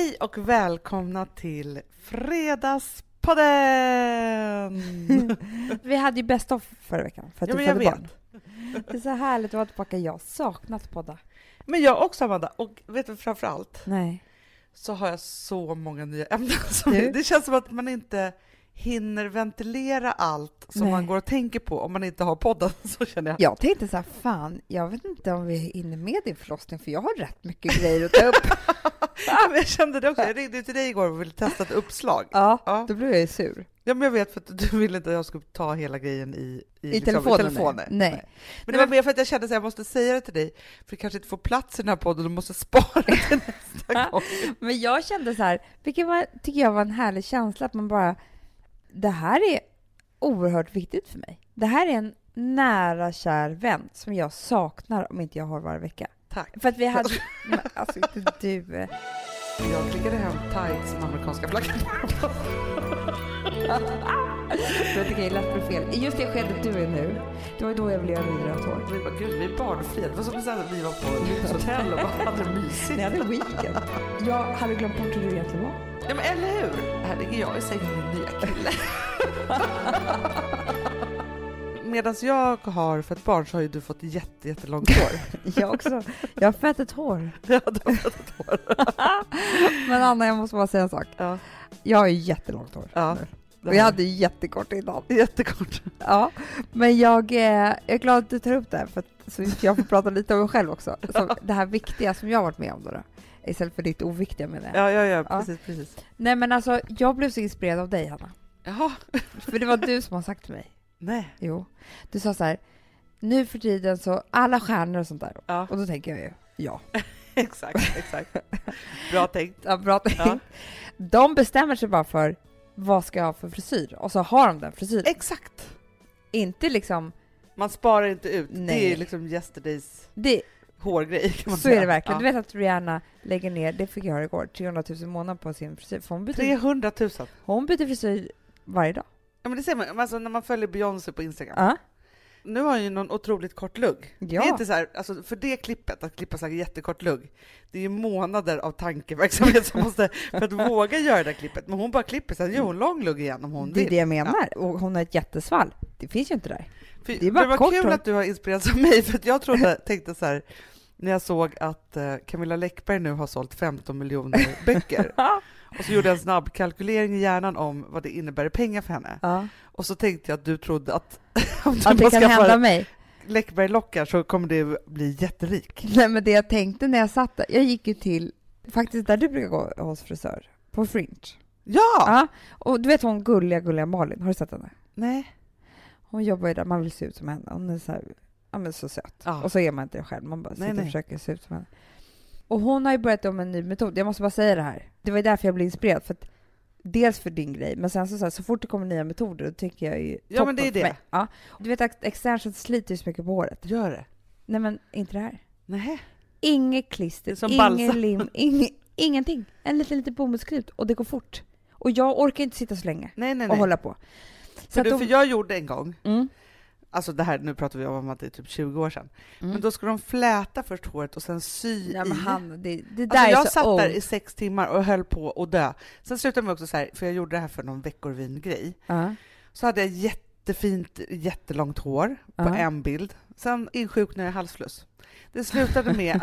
Hej och välkomna till Fredagspodden! Vi hade ju bäst av förra veckan för att du födde barn. Det är så härligt att vara tillbaka. Jag har saknat podda. Men jag också, Amanda. Och vet du, framförallt Nej. så har jag så många nya ämnen. Det känns som att man inte hinner ventilera allt som man går och tänker på om man inte har podden, så känner jag. Jag tänkte så här, fan, jag vet inte om vi hinner med din förlossning för jag har rätt mycket grejer att ta upp. Men jag kände det också. Jag ringde till dig igår och ville testa ett uppslag. Ja, då blev jag ju sur. Ja, men jag vet, för att du ville inte att jag skulle ta hela grejen i liksom, telefonen. Nej. Men det var mer för att jag kände att jag måste säga det till dig, för det kanske inte får plats i den här podden och du måste spara till nästa gång. Men jag kände så här, vilket tycker jag var en härlig känsla, att man bara, det här är oerhört viktigt för mig. Det här är en nära kär vän som jag saknar om inte jag har varje vecka. Tack. För att vi hade, alltså inte du. Jag klickade hem tights som amerikanska flaggan. Jag tycker det är lätt för fel. Just det skedet du är nu, det var då jag ville göra vidare av tår. Vi bara, gud, vi är barnfria. Det var som att vi var på ett hotell och bara hade det mysigt. Nej, det var weekend. Jag hade glömt bort hur du egentligen var. Ja, men eller hur? Här ligger jag i sängen med min nya kille. Medan jag har fått barn så har ju du fått jättelångt hår. Jag också. Jag har fett ett hår. Ja, du har fått ett hår. Men Anna, jag måste bara säga en sak. Ja. Jag har ju jättelångt hår. Ja. Och jag hade ju jättekort innan. Jättekort. Ja, men jag är glad att du tar upp det här för att, så jag får prata lite om mig själv också. Så det här viktiga som jag har varit med om då. Istället för ditt oviktiga med det. Ja, precis. Nej, men alltså, jag blev så inspirerad av dig, Hanna. Jaha. För det var du som har sagt till mig. Nej. Jo. Du sa så här, nu för tiden så alla stjärnor och sånt där. Ja. Och då tänker jag ju, ja. Exakt. Bra tänkt. Ja, bra tänkt. Ja. De bestämmer sig bara för vad ska jag ha för frisyr. Och så har de den frisyren. Exakt. Inte liksom... Man sparar inte ut. Nej. Det är liksom yesterdays hårgrej, kan man så säga. är det verkligen. Ja. Du vet att Rihanna lägger ner, det fick jag höra igår, 300 000 månader på sin frisyr. För 300 000. Hon byter frisyr varje dag. Ja, men det ser man alltså, när man följer Beyoncé på Instagram. Ja. Nu har ju någon otroligt kort lugg. Ja. Det är inte så här, alltså för det klippet, att klippa så här jättekort lugg, det är ju månader av tankeverksamhet som måste, för att våga göra det här klippet. Men hon bara klipper, sen gör hon lång lugg igen om hon Det är vill. det jag menar. Ja. Och hon har ett jättesvall. Det finns ju inte där. För, det är bara det var kort kul hår. att du har inspirerats av mig, för att jag tänkte så här, när jag såg att Camilla Läckberg nu har sålt 15 miljoner böcker. Och så gjorde jag en snabb kalkylering i hjärnan om vad det innebär i pengar för henne. Ja. Och så tänkte jag att du trodde att om du Att det kan hända mig. Läckberg-lockar så kommer det bli jätterik. Nej, men det jag tänkte när jag satt där, jag gick ju till, faktiskt där du brukar gå hos frisör, på Fringe. Ja! Och du vet hon gulliga Malin, har du sett henne? Nej. Hon jobbar ju där, man vill se ut som henne. Hon är så här, ja men så söt. Ja. Och så är man inte det själv, man bara sitter Nej. och försöker se ut som henne. Och hon har ju börjat om en ny metod. Jag måste bara säga det här. Det var ju därför jag blev inspirerad. För att, dels för din grej, men sen så fort det kommer nya metoder, då tycker jag ju Ja, men det är det. Mig. Ja. Du vet att extensions sliter ju så mycket på håret. Gör det? Nej, men inte det här. Nej. Inget klister, ingen lim, ingenting. En liten bomullsknut och det går fort. Och jag orkar inte sitta så länge Nej. och hålla på. Så För jag gjorde en gång, Mm. alltså det här, nu pratar vi om att det är typ 20 år sedan. Men då skulle de fläta först håret och sen sy Ja, men det där alltså är jag så satt old. där i 6 timmar och höll på att dö. Sen slutade vi också så här, för jag gjorde det här för någon veckor vid-grej. Så hade jag jättefint, jättelångt hår på en bild. Sen insjuknade jag halsfluss. Det slutade med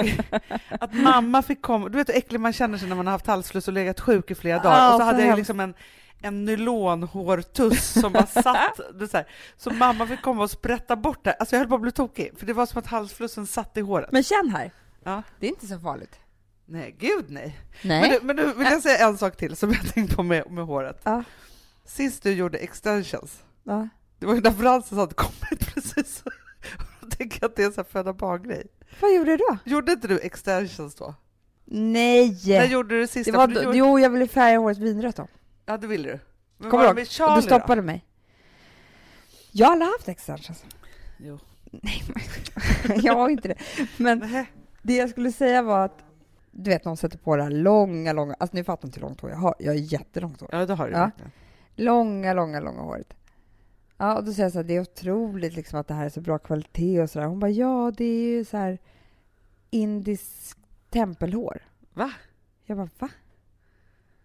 att mamma fick komma. Du vet hur äcklig man känner sig när man har haft halsfluss och legat sjuk i flera dagar. Och så hade jag liksom en nylonhårtuss som var satt. Så mamma fick komma och sprätta bort det. Alltså jag höll på att bli tokig. För det var som att halsflussen satt i håret. Men känn här. Ja. Det är inte så farligt. Nej, gud nej. Nej. Men nu vill jag säga en sak till som jag tänkte på med håret. Ja. Sist du gjorde extensions. Ja. Det var ju när Frances hade kommit precis. Jag tänker att det är en sån här föda barn-grej. Vad gjorde du då? Gjorde inte du extensions då? Nej. När gjorde du det sista? Det var, jo, jag ville färga håret vinrött då. Ja, det ville du. Men Kommer var du det med Charlie du stoppade då? mig. Jag har aldrig haft extensions. Jo. Nej, jag har inte det. Men Nej. det jag skulle säga var att du vet, någon sätter på det här långa, alltså ni fattar inte hur långt hår jag har. Jag har jättelångt hår. Ja, det har du Ja. verkligen. Långa håret. Ja, och då säger jag så här, det är otroligt liksom att det här är så bra kvalitet och sådär. Hon bara, ja, det är ju så här indisk tempelhår. Va? Jag bara, va?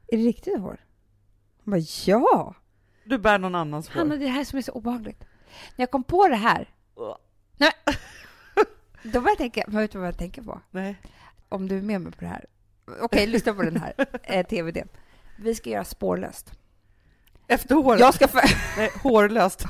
Är det riktigt hår? Han bara, ja. Du bär någon annans hår. Hanna, det här som är så obehagligt. När jag kom på det här. Nej. Då var jag tänka, vet du vad jag tänker på? Nej. Om du är med mig på det här. Okej, lyssna på den här tv-delen. Vi ska göra spårlöst. Efter håret? Jag ska Nej, hårlöst.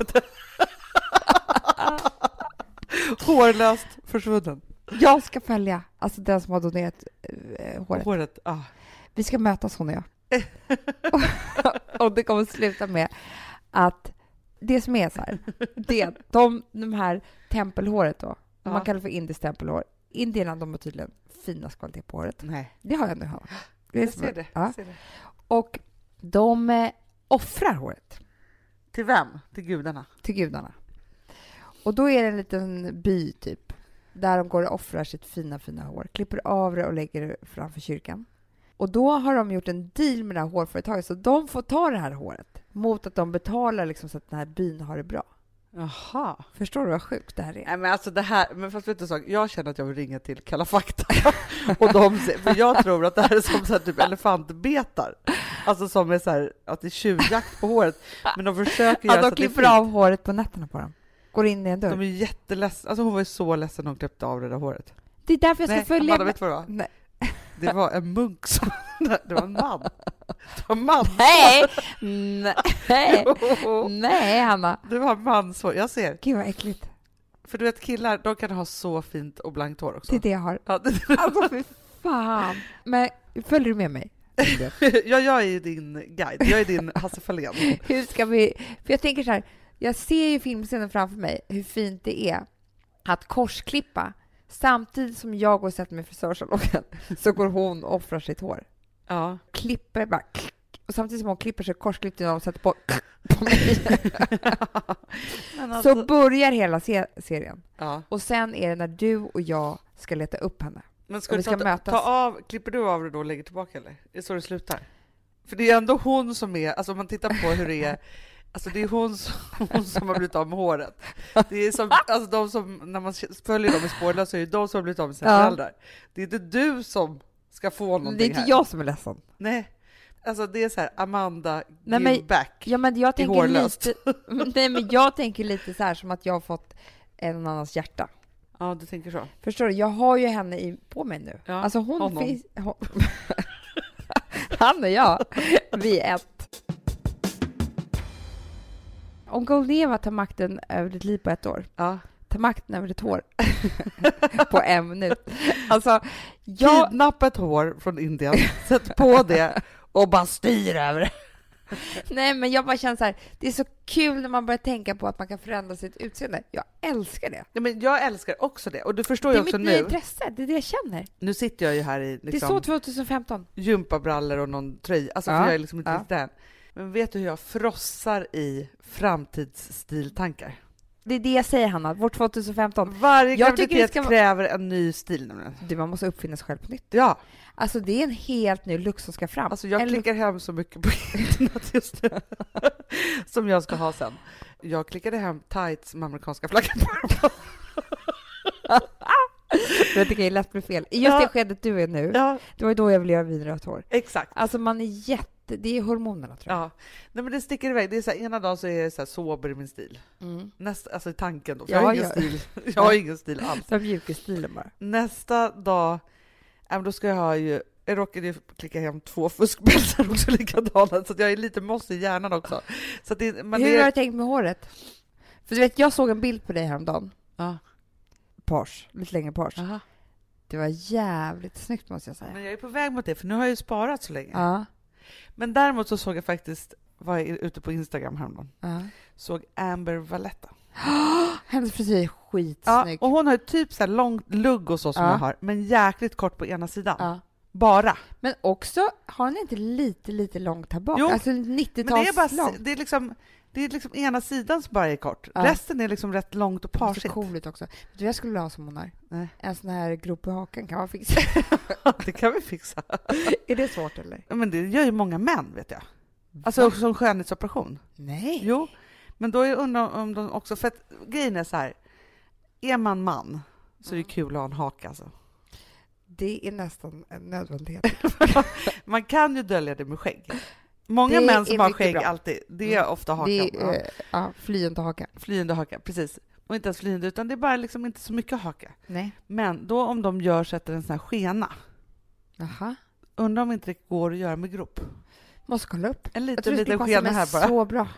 Hårlöst försvunnen. Jag ska följa, alltså den som har donerat håret. Vi ska mötas, hon och jag. Och det kommer sluta med att det som är så här, det är de här tempelhåret då, man kallar för indiskt tempelhår. Indierna, de har tydligen finast kvalitet på håret. Nej. Det har jag nu. Jag ser det. Ja. Och de offrar håret. Till vem? Till gudarna? Till gudarna. Och då är det en liten by typ, där de går och offrar sitt fina hår. Klipper av det och lägger det framför kyrkan. Och då har de gjort en deal med det här hårföretaget, så de får ta det här håret mot att de betalar liksom så att den här byn har det bra. Jaha. Förstår du vad sjukt det här är? Nej, men alltså det här, men fast vet du så, jag känner att jag vill ringa till Kalla fakta. Och för jag tror att det här är som så här, typ elefantbetar. Alltså som är så här, att det är tjuvjakt på håret. Men de försöker göra så att de klipper av håret på nätterna på dem. Går in i en dörr. De är jätteledsna. Alltså hon var ju så ledsen när hon klippte av det där håret. Det är därför jag ska följa... Amanda, vet du vad det var? Nej. Det var en munk som... Det var en man. Det var man. Nej! Nej, Hanna. Det var mansår. Jag ser. Gud vad äckligt. För du vet, killar, de kan ha så fint och blankt hår också. Det är det jag har. Ja, alltså, för fan. Men följer du med mig? Ja, jag är ju din guide. Jag är din Hasse Fahlén. Hur ska vi... För jag tänker så här, jag ser ju filmscenen framför mig, hur fint det är att korsklippa. Samtidigt som jag går och sätter mig i frisörsalongen så går hon och offrar sitt hår. Ja. Klipper bara... Och samtidigt som hon klipper sig korsklippte någon och sätter på mig. Alltså... Så börjar hela serien. Ja. Och sen är det när du och jag ska leta upp henne. Men ska du ta av, klipper du av det då och lägger tillbaka eller? Är det så det slutar? För det är ändå hon som är, alltså om man tittar på hur det är, alltså det är hon som har blivit av med håret. Det är som, alltså de som, när man följer dem i spårlösa, så är det de som har blivit av med sina föräldrar. Det är inte du som ska få någonting här. Det är inte jag som är ledsen. Nej. Alltså det är så här, Amanda, give back. Ja, men jag tänker lite, nej, men jag tänker lite så här som att jag har fått en annans hjärta. Ja, du tänker så. Förstår du? Jag har ju henne på mig nu. Ja, alltså hon finns... Han och jag, vi är ett. Om Golden Eva tar makten över ditt liv på 1 år, tar makten över ditt hår på 1 minut. Alltså, kidnappa ett hår från Indien, sätt på det och bara styr över det. Nej, men jag bara känner så här, det är så kul när man börjar tänka på att man kan förändra sitt utseende. Jag älskar det. Ja, men jag älskar också det. Och du förstår ju också nu. Det är mitt intresse, det är det jag känner. Nu sitter jag ju här i liksom, det är så 2015. Gympabrallor och någon tröja. Alltså för jag är liksom inte riktigt där. Men vet du hur jag frossar i framtidsstiltankar? Det är det jag säger, Hanna. Vår 2015. Varje graviditet kräver en ny stil. Man måste uppfinna sig själv på nytt. Ja. Alltså det är en helt ny look som ska fram. Alltså jag klickar hem så mycket på internet just nu. Som jag ska ha sen. Jag klickade hem tights med amerikanska flaggan på. Det kan ju lätt bli fel. I just det skedet du är nu, det var ju då jag ville göra vinrött hår. Exakt. Alltså man är det är hormonerna, tror jag. Ja. Nej, men det sticker iväg. Det är så här, ena dagen så är det så här sober i min stil. Alltså i tanken då. För jag har ingen stil. Jag har ingen stil alls. Så mjuk i stilen bara. Nästa dag, då ska jag ha ju... Jag råkade ju klicka hem 2 fuskbältar också likadana, så att jag är lite mossig i hjärnan också. Så att hur har du tänkt med håret? För du vet, jag såg en bild på dig häromdagen. Ja. Page, lite längre page. Aha. Det var jävligt snyggt, måste jag säga. Men jag är på väg mot det, för nu har jag ju sparat så länge. Ja. Men däremot så såg jag faktiskt, var jag ute på Instagram häromdagen, såg Amber Valletta. Hennes frisyr är skitsnygg. Ja, och hon har ju typ så här långt lugg och så som jag har, men jäkligt kort på ena sidan. Bara. Men också har hon inte lite långt här bak? Jo, alltså 90-tals men det är bara långt. Det är liksom ena sidan som bara är kort. Resten är liksom rätt långt och parsigt. Det är coolt också. Du, jag skulle ha som hon har. Nej. En sån här grop i hakan kan man fixa. Det kan vi fixa. Är det svårt eller? Ja, men det gör ju många män, vet jag. Alltså som skönhetsoperation. Nej. Jo, men då är jag undrar om de också, för att grejen är så här, är man så är det kul att ha en haka alltså. Det är nästan en nödvändighet. Man kan ju dölja det med skägg. Många män som har skägg alltid, det är ofta hakan. Det är, flyende haka. Flyende haka, precis. Och inte ens flyende, utan det är bara liksom inte så mycket haka. Nej. Men då om de sätter en sån här skena. Aha. Undrar om inte det går att göra med grop. Måste kolla upp. En liten skena här bara. Så bra.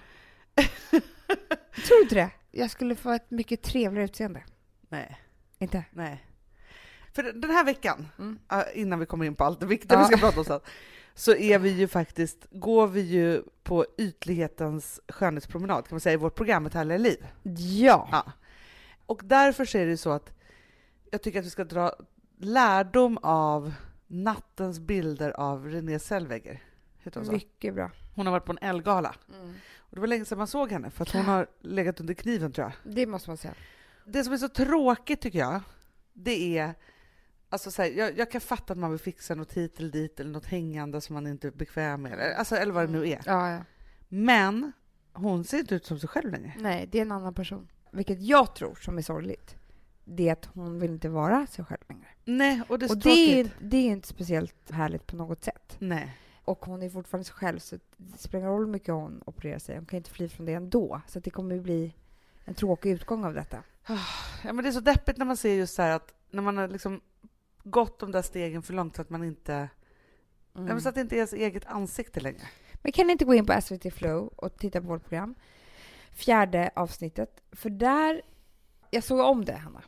Tror du det? Jag skulle få ett mycket trevligare utseende. Nej. Inte? Nej. För den här veckan, innan vi kommer in på allt det viktiga vi ska prata om sen, så är vi ju faktiskt, går vi ju på ytlighetens skönhetspromenad, kan man säga, i vårt program Ett härligare liv. Ja. Och därför så är det så att jag tycker att vi ska dra lärdom av nattens bilder av Renée Zellweger. Mycket bra. Hon har varit på en Elgala. Och det var länge sedan man såg henne, för att hon har legat under kniven, tror jag. Det måste man säga. Det som är så tråkigt, tycker jag, det är... Alltså så här, jag kan fatta att man vill fixa något hit eller dit eller något hängande som man inte är bekväm med. Alltså, eller vad det nu är. Ja. Men hon ser inte ut som sig själv längre. Nej, det är en annan person. Vilket jag tror som är sorgligt. Det är att hon vill inte vara sig själv längre. Nej, och det är så det är inte speciellt härligt på något sätt. Nej. Och hon är fortfarande sig själv, så det spelar ingen roll hur mycket hon opererar sig. Hon kan inte fly från det ändå. Så det kommer att bli en tråkig utgång av detta. Ja, men det är så deppigt när man ser just så här att när man har liksom gått de där stegen för långt så att man inte... Så att det inte är ens eget ansikte längre. Men kan ni inte gå in på SVT Flow och titta på vårt program? 4:e avsnittet. För där... Jag såg om det, Hanna.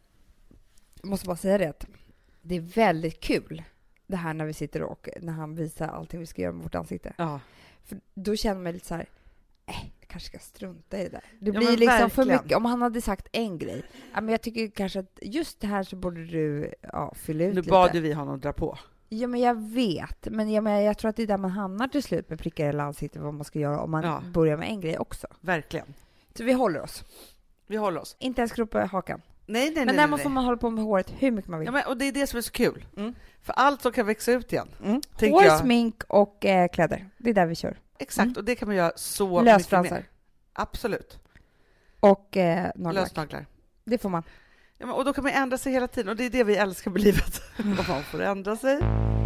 Jag måste bara säga det att det är väldigt kul det här när vi sitter och när han visar allting vi ska göra med vårt ansikte. Ja. För då känner man lite så här, jag kanske ska strunta i det där. Det blir liksom verkligen för mycket. Om han hade sagt en grej. Ja, men jag tycker kanske att just det här så borde du fylla ut lite. Nu bad ju vi honom dra på. Ja, men jag vet. Men jag tror att det är där man hamnar till slut med prickar i ansiktet, vad man ska göra om man börjar med en grej också. Verkligen. Så vi håller oss. Inte ens gropa hakan. Nej. Men där måste man hålla på med håret hur mycket man vill. Ja, men, och det är det som är så kul. För allt som kan växa ut igen. Hår, smink och kläder. Det är där vi kör. Exakt, och det kan man göra så lösfransar. Mycket mer. Absolut. Och lösnaglar. Det får man. Ja, men, och då kan man ändra sig hela tiden. Och det är det vi älskar med livet. Man får ändra sig.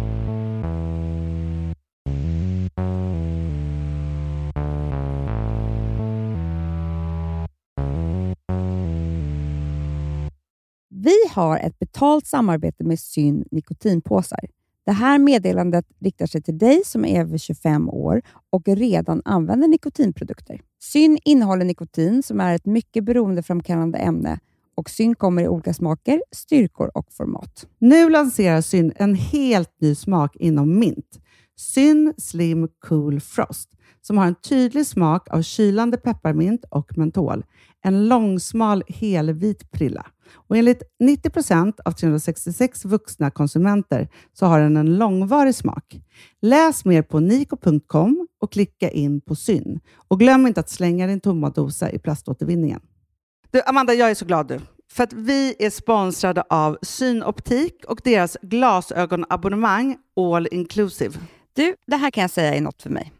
Vi har ett betalt samarbete med Syn nikotinpåsar. Det här meddelandet riktar sig till dig som är över 25 år och redan använder nikotinprodukter. Syn innehåller nikotin som är ett mycket beroendeframkallande ämne och Syn kommer i olika smaker, styrkor och format. Nu lanserar Syn en helt ny smak inom mint. Syn Slim Cool Frost som har en tydlig smak av kylande pepparmint och mentol. En långsmal helvit prilla. Och enligt 90% av 366 vuxna konsumenter så har den en långvarig smak. Läs mer på niko.com och klicka in på Syn. Och glöm inte att slänga din tomma dosa i plaståtervinningen. Du, Amanda, jag är så glad du. För att vi är sponsrade av Synoptik och deras glasögonabonnemang All Inclusive. Du, det här kan jag säga är något för mig.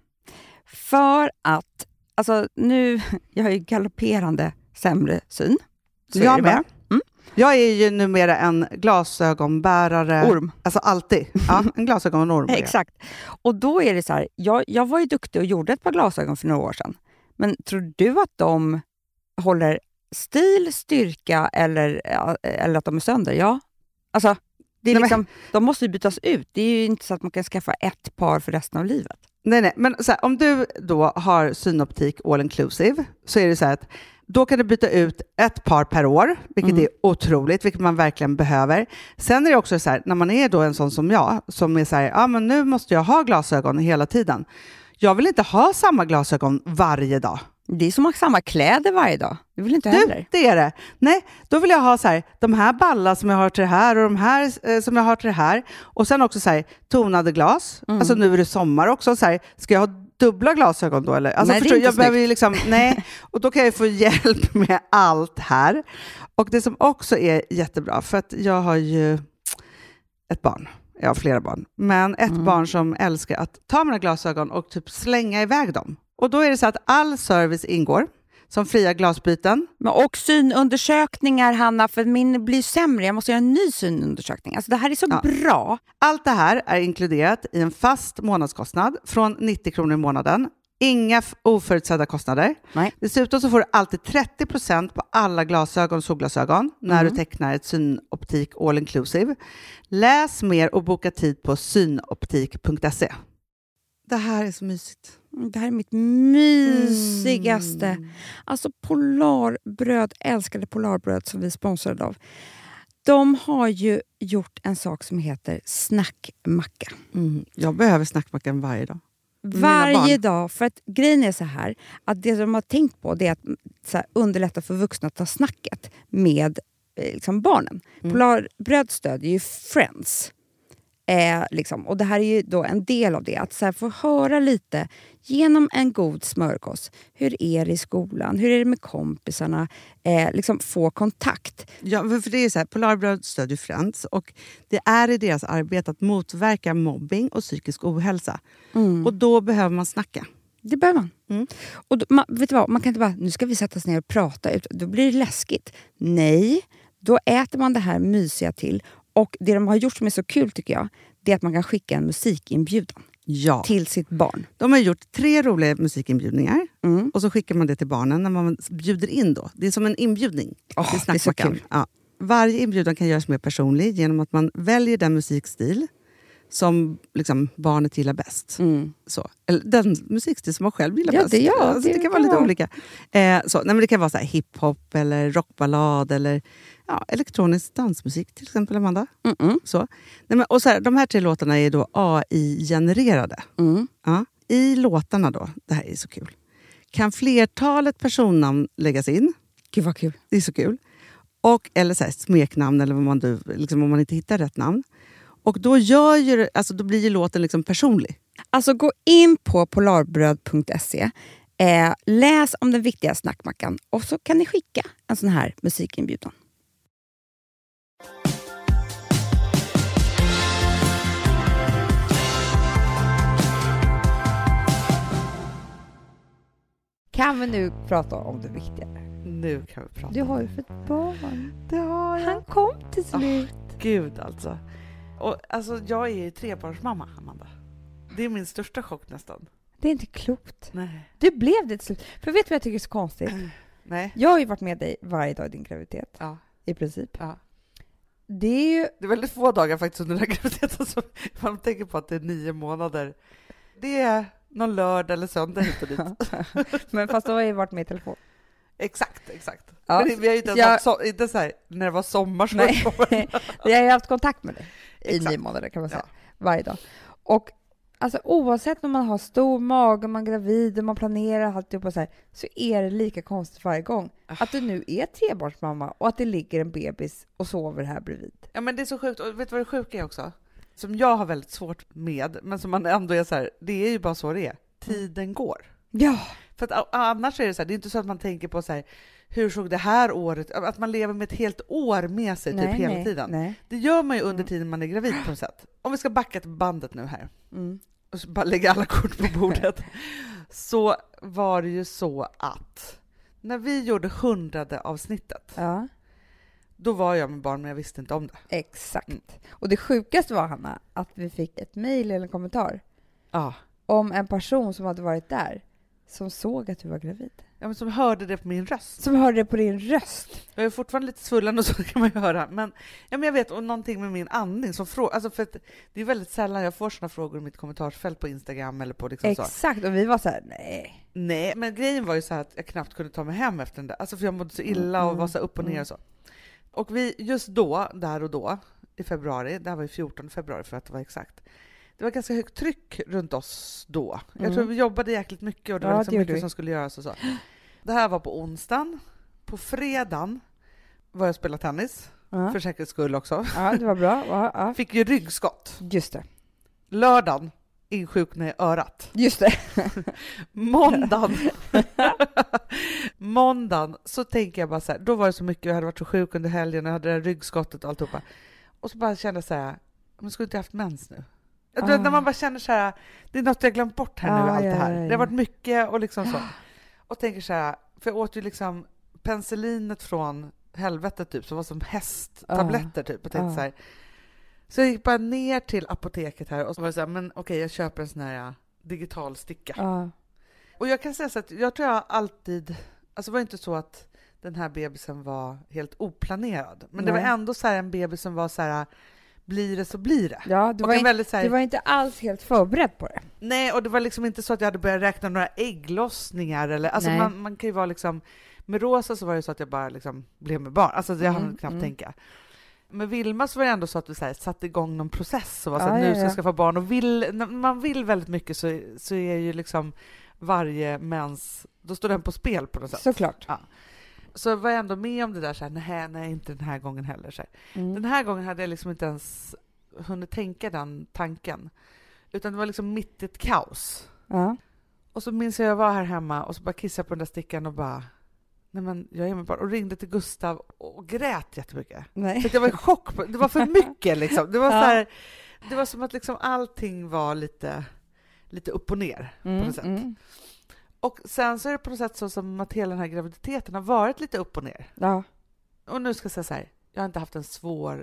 För att, alltså nu, jag har ju galopperande sämre syn. Så jag med. Jag är ju numera en glasögonbärare. Orm. Alltså alltid. Ja, en glasögonorm. Exakt. Och då är det så här, jag var ju duktig och gjorde ett par glasögon för några år sedan. Men tror du att de håller stil, styrka eller att de är sönder? Ja. Alltså, det är liksom, de måste ju bytas ut. Det är ju inte så att man kan skaffa ett par för resten av livet. Nej. Men så här, om du då har Synoptik All Inclusive så är det så här att då kan du byta ut ett par per år, vilket är otroligt, vilket man verkligen behöver. Sen är det också så här, när man är då en sån som jag, som är så här, men nu måste jag ha glasögon hela tiden. Jag vill inte ha samma glasögon varje dag. Det är som att ha samma kläder varje dag. Det vill inte heller. Det är det. Nej, då vill jag ha så här, de här ballar som jag har till det här och de här som jag har till det här. Och sen också så här, tonade glas. Alltså nu är det sommar också. Så här, ska jag ha dubbla glasögon då? Eller? Alltså, nej, jag behöver ju liksom, nej. Och då kan jag få hjälp med allt här. Och det som också är jättebra, för att jag har ju ett barn. Jag har flera barn. Men ett barn som älskar att ta mina glasögon och typ slänga iväg dem. Och då är det så att all service ingår. som fria glasbyten. Men och synundersökningar, Hanna, för min blir sämre. Jag måste göra en ny synundersökning. Alltså det här är så bra. Allt det här är inkluderat i en fast månadskostnad från 90 kronor i månaden. Inga oförutsedda kostnader. Nej. Dessutom så får du alltid 30% på alla glasögon och solglasögon när du tecknar ett synoptik all inclusive. Läs mer och boka tid på synoptik.se. Det här är så mysigt. Det här är mitt mysigaste. Alltså Polarbröd, älskade Polarbröd som vi sponsrade av. De har ju gjort en sak som heter snackmacka. Jag behöver snackmackan varje dag. Varje dag, för att grejen är så här att det de har tänkt på det är att så här, underlätta för vuxna att ta snacket med liksom barnen. Polarbröd stödjer ju Friends. Liksom. Och det här är ju då en del av det. Att så här, få höra lite genom en god smörgås. Hur är det i skolan? Hur är det med kompisarna? Liksom få kontakt. Ja, för det är så här, Polarbröd stödjer Friends och det är i deras arbete att motverka mobbing och psykisk ohälsa. Och då behöver man snacka. Det behöver man. Och då, vet du vad? Man kan inte bara, nu ska vi sätta oss ner och prata. Då blir det läskigt. Nej, då äter man det här mysiga till. Och det de har gjort som är så kul tycker jag, det är att man kan skicka en musikinbjudan till sitt barn. De har gjort 3 roliga musikinbjudningar och så skickar man det till barnen när man bjuder in då. Det är som en inbjudning till snackmackan. Det är så kul. Ja. Varje inbjudan kan göras mer personlig genom att man väljer den musikstil som liksom barnet gillar bäst. Så. Eller den musikstil som man själv gillar bäst. Det kan vara lite olika. Det kan vara så här hiphop eller rockballad eller elektronisk dansmusik till exempel, Amanda. Så. Och så här, de här 3 låtarna är då AI-genererade. Ja. I låtarna då, det här är så kul, kan flertalet personnamn läggas in. Gud vad kul. Det är så kul. Eller så här, smeknamn eller vad man liksom, om man inte hittar rätt namn. Och då då blir ju låten liksom personlig. Alltså gå in på polarbröd.se, läs om den viktiga snackmackan och så kan ni skicka en sån här musikinbjudan. Kan vi nu prata om det viktiga? Nu kan vi prata. Du har ju fått barn. Det har jag. Han kom till slut. Gud alltså. Och alltså jag är ju 3-barnsmamma, Amanda. Det är min största chock nästan. Det är inte klokt. Nej. Du blev det till slut. För vet du vad jag tycker är så konstigt? Nej. Jag har ju varit med dig varje dag i din graviditet. Ja. I princip. Ja. Det är ju... Det är väldigt få dagar faktiskt under den här graviditeten som man tänker på att det är 9 månader. Det är någon lördag eller söndag hit och dit. Men fast då har jag ju varit med i telefon. Exakt. Ja. Men vi har ju inte ens haft inte så här, när det var sommar så Nej. Jag har ju haft kontakt med dig i Exakt. 9 månader kan man säga. Varje dag. Och alltså, oavsett om man har stor mage, man är gravid och man planerar alltihopa så här, så är det lika konstigt varje gång. Att du nu är 3-barnsmamma och att det ligger en bebis och sover här bredvid. Ja, men det är så sjukt. Och vet du vad det sjuka är också? Som jag har väldigt svårt med, men som man ändå är så här, det är ju bara så det är. Tiden går. Ja. För att annars är det så här, det är inte så att man tänker på så här, hur såg det här året, att man lever med ett helt år med sig typ hela tiden. Nej. Det gör man ju under tiden man är gravid på något sätt. Om vi ska backa till bandet nu här och så bara lägga alla kort på bordet, så var det ju så att när vi gjorde 100:e avsnittet, då var jag med barn men jag visste inte om det. Exakt. Och det sjukaste var, Hanna, att vi fick ett mejl eller en kommentar om en person som hade varit där som såg att du var gravid. Ja, men som hörde det på min röst. Som hörde det på din röst. Jag är fortfarande lite svullen och så kan man ju höra. Men jag vet, och någonting med min andning som alltså för att det är väldigt sällan jag får såna frågor i mitt kommentarsfält på Instagram eller på liksom. Exakt, och vi var så här, nej, men grejen var ju så här att jag knappt kunde ta mig hem efter den där. Alltså för jag mådde så illa och var så upp och ner och så. Och vi just där och då i februari, det här var ju 14 februari för att det var exakt. Det var ganska högt tryck runt oss då. Jag tror vi jobbade jäkligt mycket och det var liksom mycket som skulle göras och så. Det här var på onsdagen. På fredagen var jag och spelade tennis. För säkerhets skull också. Ja, det var bra. Fick ju ryggskott. Just det. Lördagen insjuknade i örat. Just det. Måndagen så tänker jag bara så här, då var det så mycket, jag hade varit så sjuk under helgen och jag hade det här ryggskottet och alltihopa. Och så bara kände jag så här, men skulle inte haft mens nu? När man bara känner så här, det är något jag glömt bort här nu, allt det här. Det har varit mycket och liksom så. Och tänker så här, För jag åt ju liksom penicillinet från helvetet typ, som var som hästtabletter typ. Och tänkte så här. Så jag gick bara ner till apoteket här och så var det så här, men okej, jag köper en sån här digital sticka. Och jag kan säga så att jag tror jag alltid, alltså det var inte så att den här bebisen var helt oplanerad. Men det var ändå så här en bebis som var så här, blir det så blir det. Ja, du var inte alls helt förberedd på det. Nej, och det var liksom inte så att jag hade börjat räkna några ägglossningar. Eller, alltså man kan ju vara liksom, med Rosa så var det så att jag bara liksom blev med barn. Alltså jag hann knappt tänka. Med Vilma så var det ändå så att vi så här, satte igång någon process och var så att nu ska jag skaffa barn. Och när man vill väldigt mycket så är ju liksom varje mens, då står den på spel på något sätt. Såklart. Ja. Så var jag ändå med om det där så här, nej, inte den här gången heller. Så här. Den här gången hade jag liksom inte ens hunnit tänka den tanken. Utan det var liksom mitt i ett kaos. Och så minns jag var här hemma och så bara kissade på den där stickan och bara, nej men jag är med barn. Och ringde till Gustav och grät jättemycket. Nej. Så jag var i chock. Det var för mycket liksom. Det var så här, det var som att liksom allting var lite upp och ner på något sätt. Och sen så är det på något sätt så som att hela den här graviditeten har varit lite upp och ner. Ja. Och nu ska jag säga så här, jag har inte haft en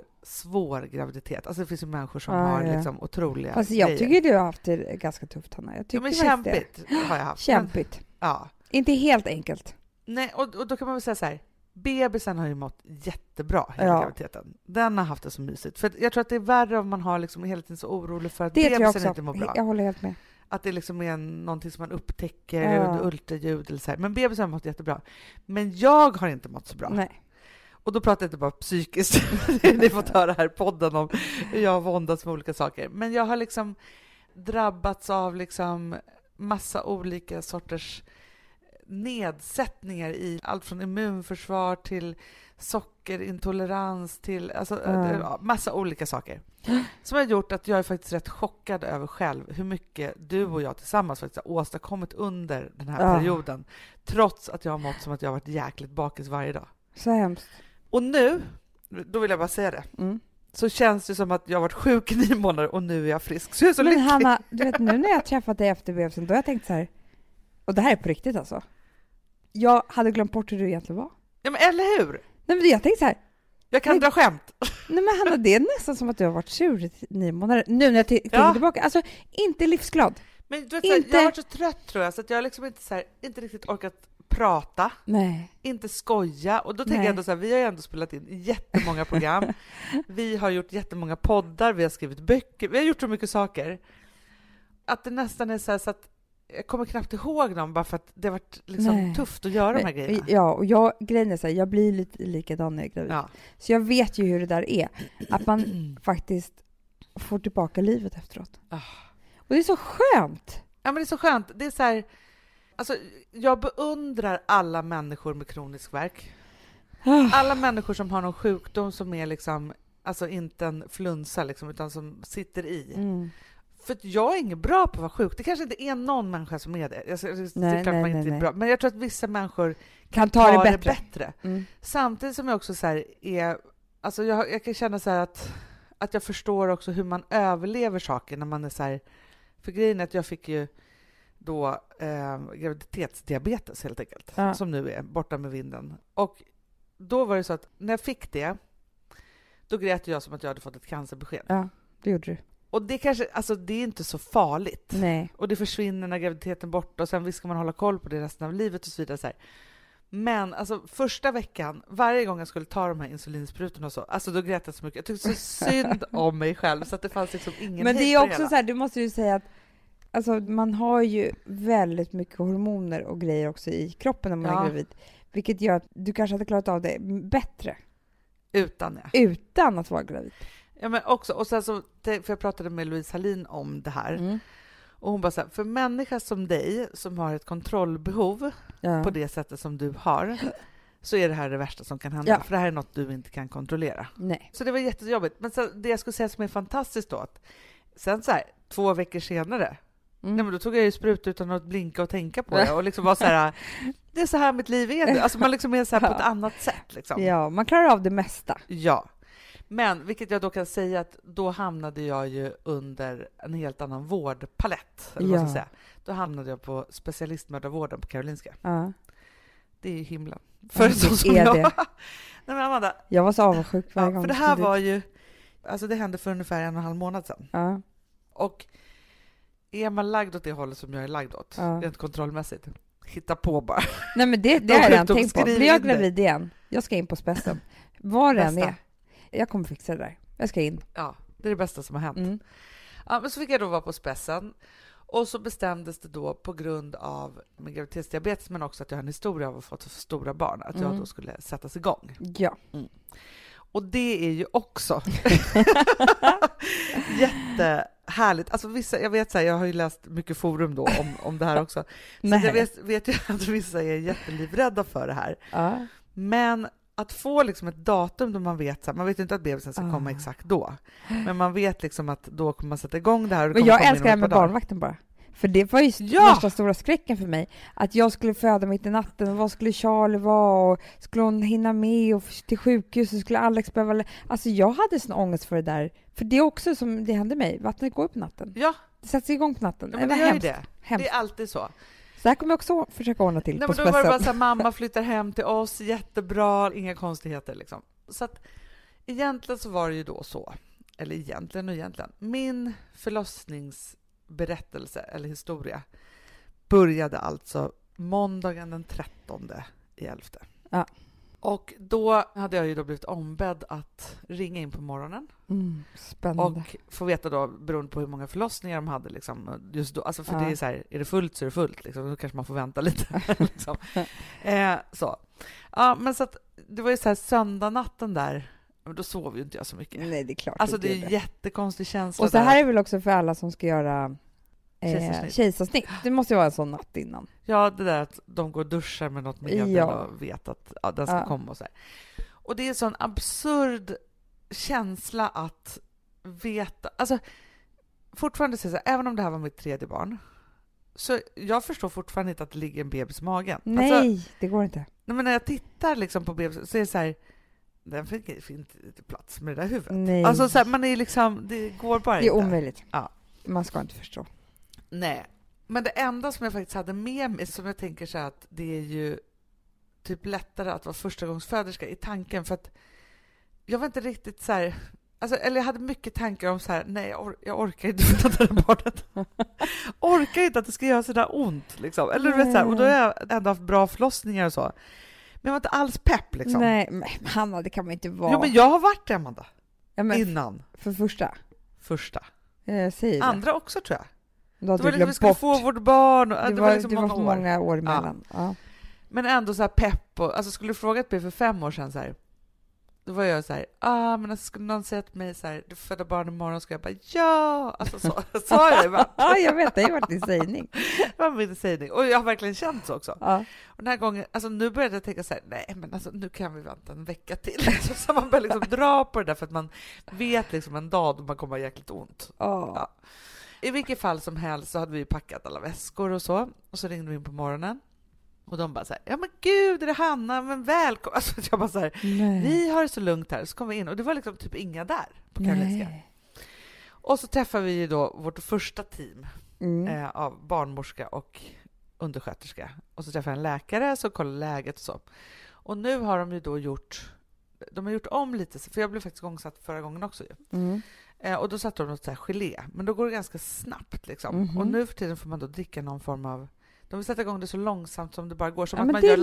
svår graviditet. Alltså det finns ju människor som har liksom otroliga Fast jag tycker du har haft det ganska tufft, Hanna. Jag tycker men kämpigt har jag haft. Kämpigt. Men, ja. Inte helt enkelt. Nej, och då kan man väl säga så här, bebisen har ju mått jättebra hela graviditeten. Den har haft det så mysigt. För jag tror att det är värre om man har liksom hela tiden så orolig för att bebisen inte mår bra. Jag håller helt med. Att det liksom är någonting som man upptäcker under ultraljud eller så här. Men bebisen har mått jättebra. Men jag har inte mått så bra. Nej. Och då pratar jag inte bara psykiskt. Ni får höra här i podden om jag har våndats med olika saker. Men jag har liksom drabbats av liksom massa olika sorters nedsättningar i allt från immunförsvar till sockerintolerans till massa olika saker. Som har gjort att jag är faktiskt rätt chockad över själv hur mycket du och jag tillsammans faktiskt har åstadkommit under den här perioden. Trots att jag har mått som att jag har varit jäkligt bakis varje dag. Så hemskt. Och nu, då vill jag bara säga det, så känns det som att jag har varit sjuk i 9 månader och nu är jag frisk. Så jag är så lycklig. Hanna, du vet nu när jag träffat dig efter bebisen, då har jag tänkt så här, och det här är på riktigt alltså. Jag hade glömt bort hur du egentligen var. Ja, men eller hur? Nej, men jag tänkte så här. Jag kan dra skämt. Nej, men Hanna, det är nästan som att du har varit sur i 9 månader. Nu när jag tänker tillbaka. Alltså, inte livsglad. Men du vet, jag har varit så trött tror jag, så att jag har liksom inte riktigt orkat prata. Nej. Inte skoja. Och då tänker jag ändå så här, vi har ju ändå spelat in jättemånga program. Vi har gjort jättemånga poddar, vi har skrivit böcker. Vi har gjort så mycket saker. Att det nästan är så här så att jag kommer knappt ihåg dem bara för att det har varit liksom tufft att göra de här grejerna. Ja, och grejen är så här, jag blir lite likadan när jag är gravid. Ja. Så jag vet ju hur det där är. Att man faktiskt får tillbaka livet efteråt. Och det är så skönt. Ja, men det är så skönt. Det är så här, alltså, jag beundrar alla människor med kronisk värk. Alla människor som har någon sjukdom som är liksom, alltså inte en flunsa liksom, utan som sitter i. För att jag är inte bra på att vara sjuk. Det kanske inte är någon människa som är det. Det är klart man inte är bra. Men jag tror att vissa människor kan ta det bättre. Samtidigt som jag också så här är... Alltså jag kan känna så här att jag förstår också hur man överlever saker när man är så här... För grejen är att jag fick ju då graviditetsdiabetes helt enkelt. Som nu är borta med vinden. Och då var det så att när jag fick det, då grät jag som att jag hade fått ett cancerbesked. Ja, det gjorde du. Och det kanske, alltså det är inte så farligt. Nej. Och det försvinner när graviditeten är borta och sen visst ska man hålla koll på det resten av livet och så vidare. Så här. Men alltså första veckan, varje gång jag skulle ta de här insulinsprutorna och så, alltså då grät jag så mycket. Jag tyckte så synd om mig själv så att det fanns liksom ingen. Men det är också så här, du måste ju säga att alltså, man har ju väldigt mycket hormoner och grejer också i kroppen när man är gravid. Vilket gör att du kanske hade klarat av det bättre. Utan att vara gravid. Ja, men också, och sen så, för jag pratade med Louise Hallin om det här. Och hon bara så här, för människa som dig som har ett kontrollbehov på det sättet som du har, så är det här det värsta som kan hända. För det här är något du inte kan kontrollera. Nej. Så det var jättejobbigt. Men så, det jag skulle säga som är fantastiskt då, att sen så här, 2 veckor senare, nej, men då tog jag ju sprut utan att blinka och tänka på det. Och liksom var så här, det är så här mitt liv är. Alltså man liksom är så här på ett annat sätt. Liksom. Ja, man klarar av det mesta. Ja. Men vilket jag då kan säga att då hamnade jag ju under en helt annan vårdpalett. Eller vad ska jag säga. Då hamnade jag på specialistmödravården på Karolinska. Det är ju himlen. För så som jag. Nej, men Amanda, jag var så avundsjuk varje gång. För det här var ju, alltså det hände för ungefär 1,5 månad sedan. Ja. Och är man lagd åt det hållet som jag är lagd åt, rent kontrollmässigt, hitta på bara. Nej, men det har jag redan tänkt på. Blir jag gravid igen, jag ska in på Spessen. Var den är. Jag kommer fixa det där. Jag ska in. Ja, det är det bästa som har hänt. Ja, men så fick jag då vara på Spessen. Och så bestämdes det då på grund av min graviditetsdiabetes, men också att jag har en historia av att få stora barn, att jag då skulle sättas igång. Ja. Och det är ju också jättehärligt. Alltså vissa, jag vet så här, jag har ju läst mycket forum då om det här också. Så jag vet ju att vissa är jättelivrädda för det här. Men att få liksom ett datum då man vet, så här, man vet inte att bebisen ska komma exakt då. Men man vet liksom att då kommer man sätta igång det här. Och det men jag älskar det här med barnvakten bara. För det var ju värsta stora skräcken för mig. Att jag skulle föda mitt i natten och vad skulle Charlie vara och skulle hon hinna med och till sjukhus och skulle Alex behöva... Alltså jag hade sån ångest för det där. För det är också som det hände mig. Vattnet går på natten. Ja. Det sätts igång på natten. Ja, men det gör ju det. Det är alltid så. Så här kommer jag också försöka ordna till. Nej, på men då var det bara så här, mamma flyttar hem till oss, jättebra, inga konstigheter liksom. Så att egentligen så var det ju då så, eller egentligen, min förlossningsberättelse eller historia började alltså måndagen den 13/11. Ja. Och då hade jag ju då blivit ombedd att ringa in på morgonen. Spännande. Och få veta då, beroende på hur många förlossningar de hade liksom, just då. Alltså för det är så här, är det fullt så är det fullt. Liksom, då kanske man får vänta lite. Liksom. Så. Ja, men så att det var ju så här söndagnatten där. Då sov ju inte jag så mycket. Nej, det är klart. Alltså det är en jättekonstig känsla. Och så här är väl också för alla som ska göra kejsarsnitt. Det måste ju vara en sån natt innan. Ja, det där att de går och duschar med något medel och vet att den ska komma och så här. Och det är en sån absurd känsla att veta, alltså fortfarande så här, även om det här var mitt 3:e barn, så jag förstår fortfarande inte att det ligger en bebis i magen. Nej, alltså, det går inte. Nej, men när jag tittar liksom på bebis så är det så här, den fick inte plats med det där huvudet. Nej. Alltså så här, man är liksom, det går bara inte. Det är omöjligt. Ja. Man ska inte förstå. Nej, men det enda som jag faktiskt hade med mig, som jag tänker så här, att det är ju typ lättare att vara förstagångsföderska i tanken, för att jag var inte riktigt så här, alltså, eller jag hade mycket tankar om så här, nej, jag orkar inte föda det barnet. Orkar inte att det ska göra så där ont liksom. Eller du vet så här, och då har jag ändå haft bra förlossningar och så. Men jag var inte alls pepp liksom. Nej, men Hanna, det kan man inte vara. Jo, men jag har varit det, Amanda. Ja, men innan. För första. Säger andra också, tror jag. Det var liksom, vi skulle få vårt barn. Och, det var liksom många år emellan. Ja. Men ändå så här pepp. Och, alltså skulle du frågat mig för 5 år sedan så här, då var jag så här, men alltså, skulle någon säga till mig så här, du föder barn imorgon, ska jag bara, ja! Alltså så sa jag ju. Ja, jag vet, det har varit din sägning. Det var min sägning. Och jag har verkligen känt så också. Ja. Och den här gången, alltså nu började jag tänka så här, nej men alltså nu kan vi vänta en vecka till. Så man börjar liksom dra på det där, för att man vet liksom en dag då man kommer ha jäkligt ont. Ja. I vilket fall som helst så hade vi ju packat alla väskor och så ringde vi in på morgonen. Och de bara så här, ja men gud, är det Hanna? Men välkommen. Alltså jag bara så här, vi har det så lugnt här. Så kom vi in och det var liksom typ inga där på Karolinska. Och så träffade vi ju då vårt första team av barnmorska och undersköterska. Och så träffade jag en läkare som kollade läget och så. Och nu har de ju då gjort om lite, för jag blev faktiskt igångsatt förra gången också ju. Och då satte de något så här gelé, men då går det ganska snabbt liksom. Och nu för tiden får man då dricka någon form av, de vill sätta igång det så långsamt som det bara går, som att man gör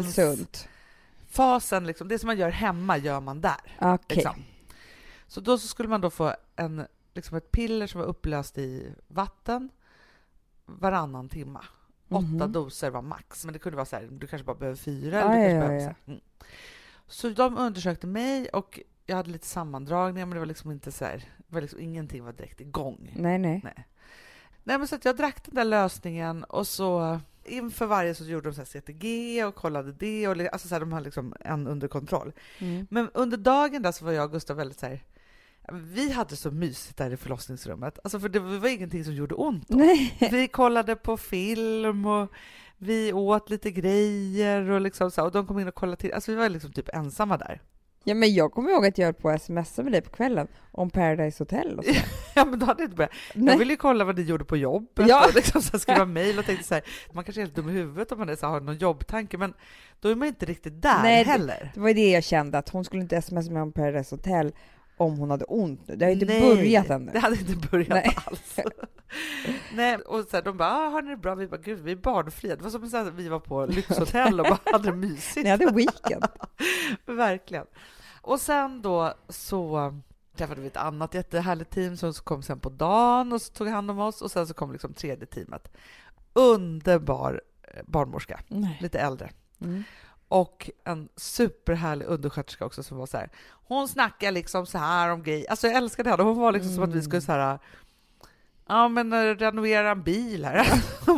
latensfasen liksom. Det som man gör hemma gör man där. Okay. Liksom. Så då så skulle man då få ett piller som var upplöst i vatten varannan timma. 8 doser var max, men det kunde vara så här, du kanske bara behöver 4 eller du kanske behöver så här. Så de undersökte mig och jag hade lite sammandragningar, men det var liksom inte så här, det var liksom, ingenting var direkt igång. Nej, men så att jag drack den där lösningen, och så inför varje så gjorde de så här CTG och kollade det, och alltså så här, de har liksom en under kontroll. Men under dagen där så var jag och Gustav väldigt så här, vi hade så mysigt där i förlossningsrummet. Alltså för det var ingenting som gjorde ont då. Nej. Vi kollade på film och vi åt lite grejer och liksom så, och de kom in och kollade till. Alltså vi var liksom typ ensamma där. Ja, men jag kommer ihåg att jag höll på att smsa med dig på kvällen om Paradise Hotel och så. Ja, men då hade jag inte börjat. Jag ville ju kolla vad ni gjorde på jobbet. Ja. Och liksom så skriva mejl och tänkte så här, man kanske är helt dum i huvudet om man är så har någon jobbtanke, men då är man inte riktigt där heller. Det var det jag kände, att hon skulle inte smsa med om Paradise Hotel om hon hade ont nu. Det har ju inte börjat ännu. Det hade inte börjat alls. Nej, och så här, de bara, har ni det bra? Vi bara, gud, vi är barnfria. Det var som att vi var på lyxhotell och bara hade det mysigt. Ni hade weekend. Verkligen. Och sen då så träffade vi ett annat jättehärligt team som kom sen på dagen och så tog hand om oss, och sen så kom liksom tredje teamet. Underbar barnmorska, lite äldre. Och en superhärlig undersköterska också som var så här. Hon snackar liksom så här om grejer. Alltså jag älskade henne. Hon var liksom som att vi skulle så här, ja men renovera en bil här. Hon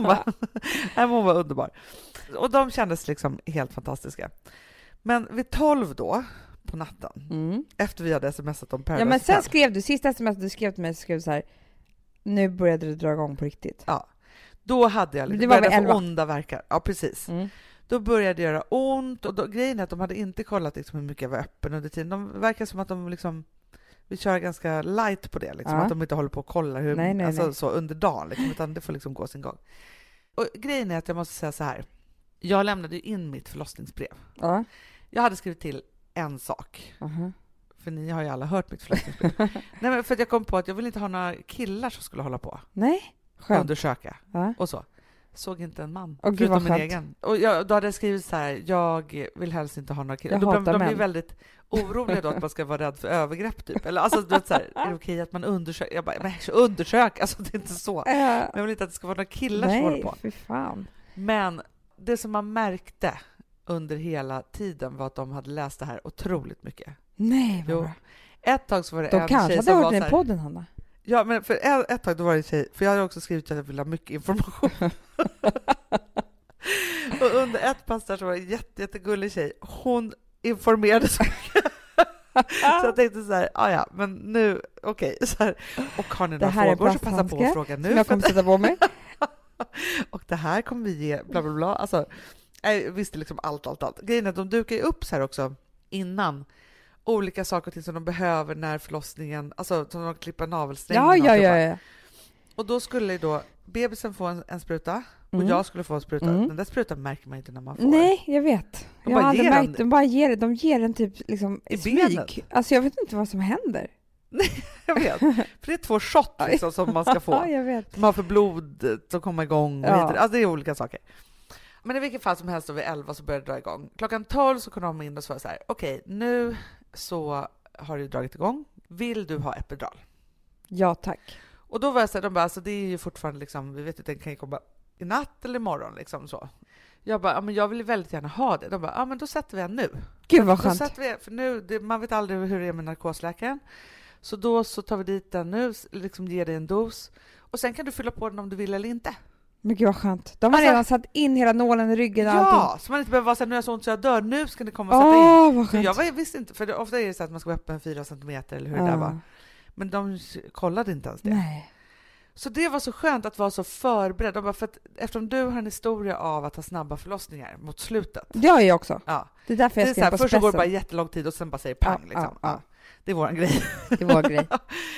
var underbar. Och de kändes liksom helt fantastiska. Men vid 12 då på natten, efter vi hade smsat om Paradise. Ja, men sen skrev du, sista sms du skrev till mig, skrev så här, nu började det dra igång på riktigt. Ja, då hade jag det var onda verkar. Ja, precis. Då började det göra ont, och då, grejen är att de hade inte kollat liksom hur mycket jag var öppen under tiden. De verkar som att de liksom, vi kör ganska light på det, liksom, att de inte håller på att kolla hur, nej. Så under dagen, liksom, utan det får liksom gå sin gång. Och grejen är att jag måste säga så här, jag lämnade ju in mitt förlossningsbrev. Ja. Jag hade skrivit till en sak. För ni har ju alla hört mitt förlossningsbrev. Nej, men för att jag kom på att jag vill inte ha några killar som skulle hålla på. Nej, undersöka. Ja. Och så. Såg inte en man. Och förutom min egen. Och då hade jag skrivit så här, jag vill helst inte ha några killar. De blir väldigt oroliga då att man ska vara rädd för övergrepp typ. Eller alltså, du vet, så här, är det okej att man undersöker? Jag bara, men undersök, alltså det är inte så. Men jag vill inte att det ska vara några killar som håller på. Nej, för fan. Men det som man märkte under hela tiden var att de hade läst det här otroligt mycket. Nej, vad bra. Ett tag så var det de en tjej som var kanske hade hört den i podden, Hanna. Ja, men för ett tag då var det en tjej, för jag hade också skrivit att jag ville ha mycket information. Och under ett pass där så var det en jättegullig tjej. Hon informerade så mycket. Så jag tänkte så här, ja, men nu, okej. Så här. Och har ni några frågor så passa på att fråga nu. Jag kommer sätta på mig. Och det här kommer vi ge, bla bla bla. Alltså, jag visste liksom allt. Grejen är att de dukar ju upp så här också innan. Olika saker till som de behöver när förlossningen, alltså som de klipper navelsträngen. Ja. Och då skulle då bebisen få en spruta och jag skulle få en spruta. Den där sprutan märker man inte när man får. Nej, jag vet. De ger den typ liksom i smyg. Alltså jag vet inte vad som händer. Nej, jag vet. För det är 2 shot liksom, som man ska få. Ja, jag vet. Man har för blod som kommer igång. Och alltså det är olika saker. Men i vilket fall som helst då vid 11 så började det dra igång. Klockan 12 så kunde de in och svara så här, okej, nu så har det dragit igång. Vill du ha epidural? Ja, tack. Och då var jag så här, de bara, alltså det är ju fortfarande liksom, vi vet inte, den kan ju komma i natt eller imorgon liksom så. Jag bara, ja men jag vill väldigt gärna ha det. De bara, ja men då sätter vi en nu. Gud vad skönt. För nu, man vet aldrig hur det är med narkosläkaren. Så då så tar vi dit den nu, liksom ger dig en dos. Och sen kan du fylla på den om du vill eller inte. Men gud vad skönt. De har redan satt in hela nålen i ryggen och allting. Ja, så man inte behöver vara så här, nu är jag så ont så jag dör. Nu ska ni komma och sätta in. Vad skönt. För jag visste inte, för ofta är det så att man ska vara öppen 4 centimeter eller hur det där var. Men de kollade inte ens det. Nej. Så det var så skönt att vara så förberedd. De bara, för att, eftersom du har en historia av att ha snabba förlossningar mot slutet. Det har jag också. Ja. Det är därför jag skrev på först så går det bara jättelång tid och sen bara säger pang. Liksom. Ja. Det är vår grej. Det är vår grej.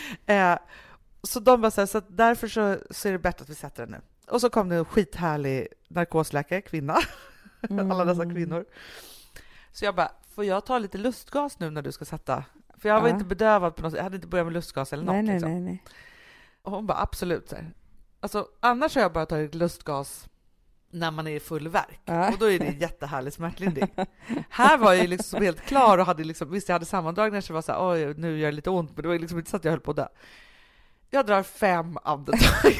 Så de bara så att därför så är det bättre att vi sätter den nu. Och så kom det en skithärlig narkosläkare, kvinna. Alla dessa kvinnor. Så jag bara, får jag ta lite lustgas nu när du ska sätta? För jag var inte bedövad på något sätt. Jag hade inte börjat med lustgas eller något. Nej. Och hon bara, absolut. Så här. Alltså, annars har jag bara tagit lustgas när man är i full värk. Och då är det en jättehärlig smärtlindring. Här var jag liksom helt klar och hade liksom, visst jag hade sammandragningar så var så här, oj, nu gör det lite ont, men det var liksom inte så att jag höll på det. Jag drar 5 andetag.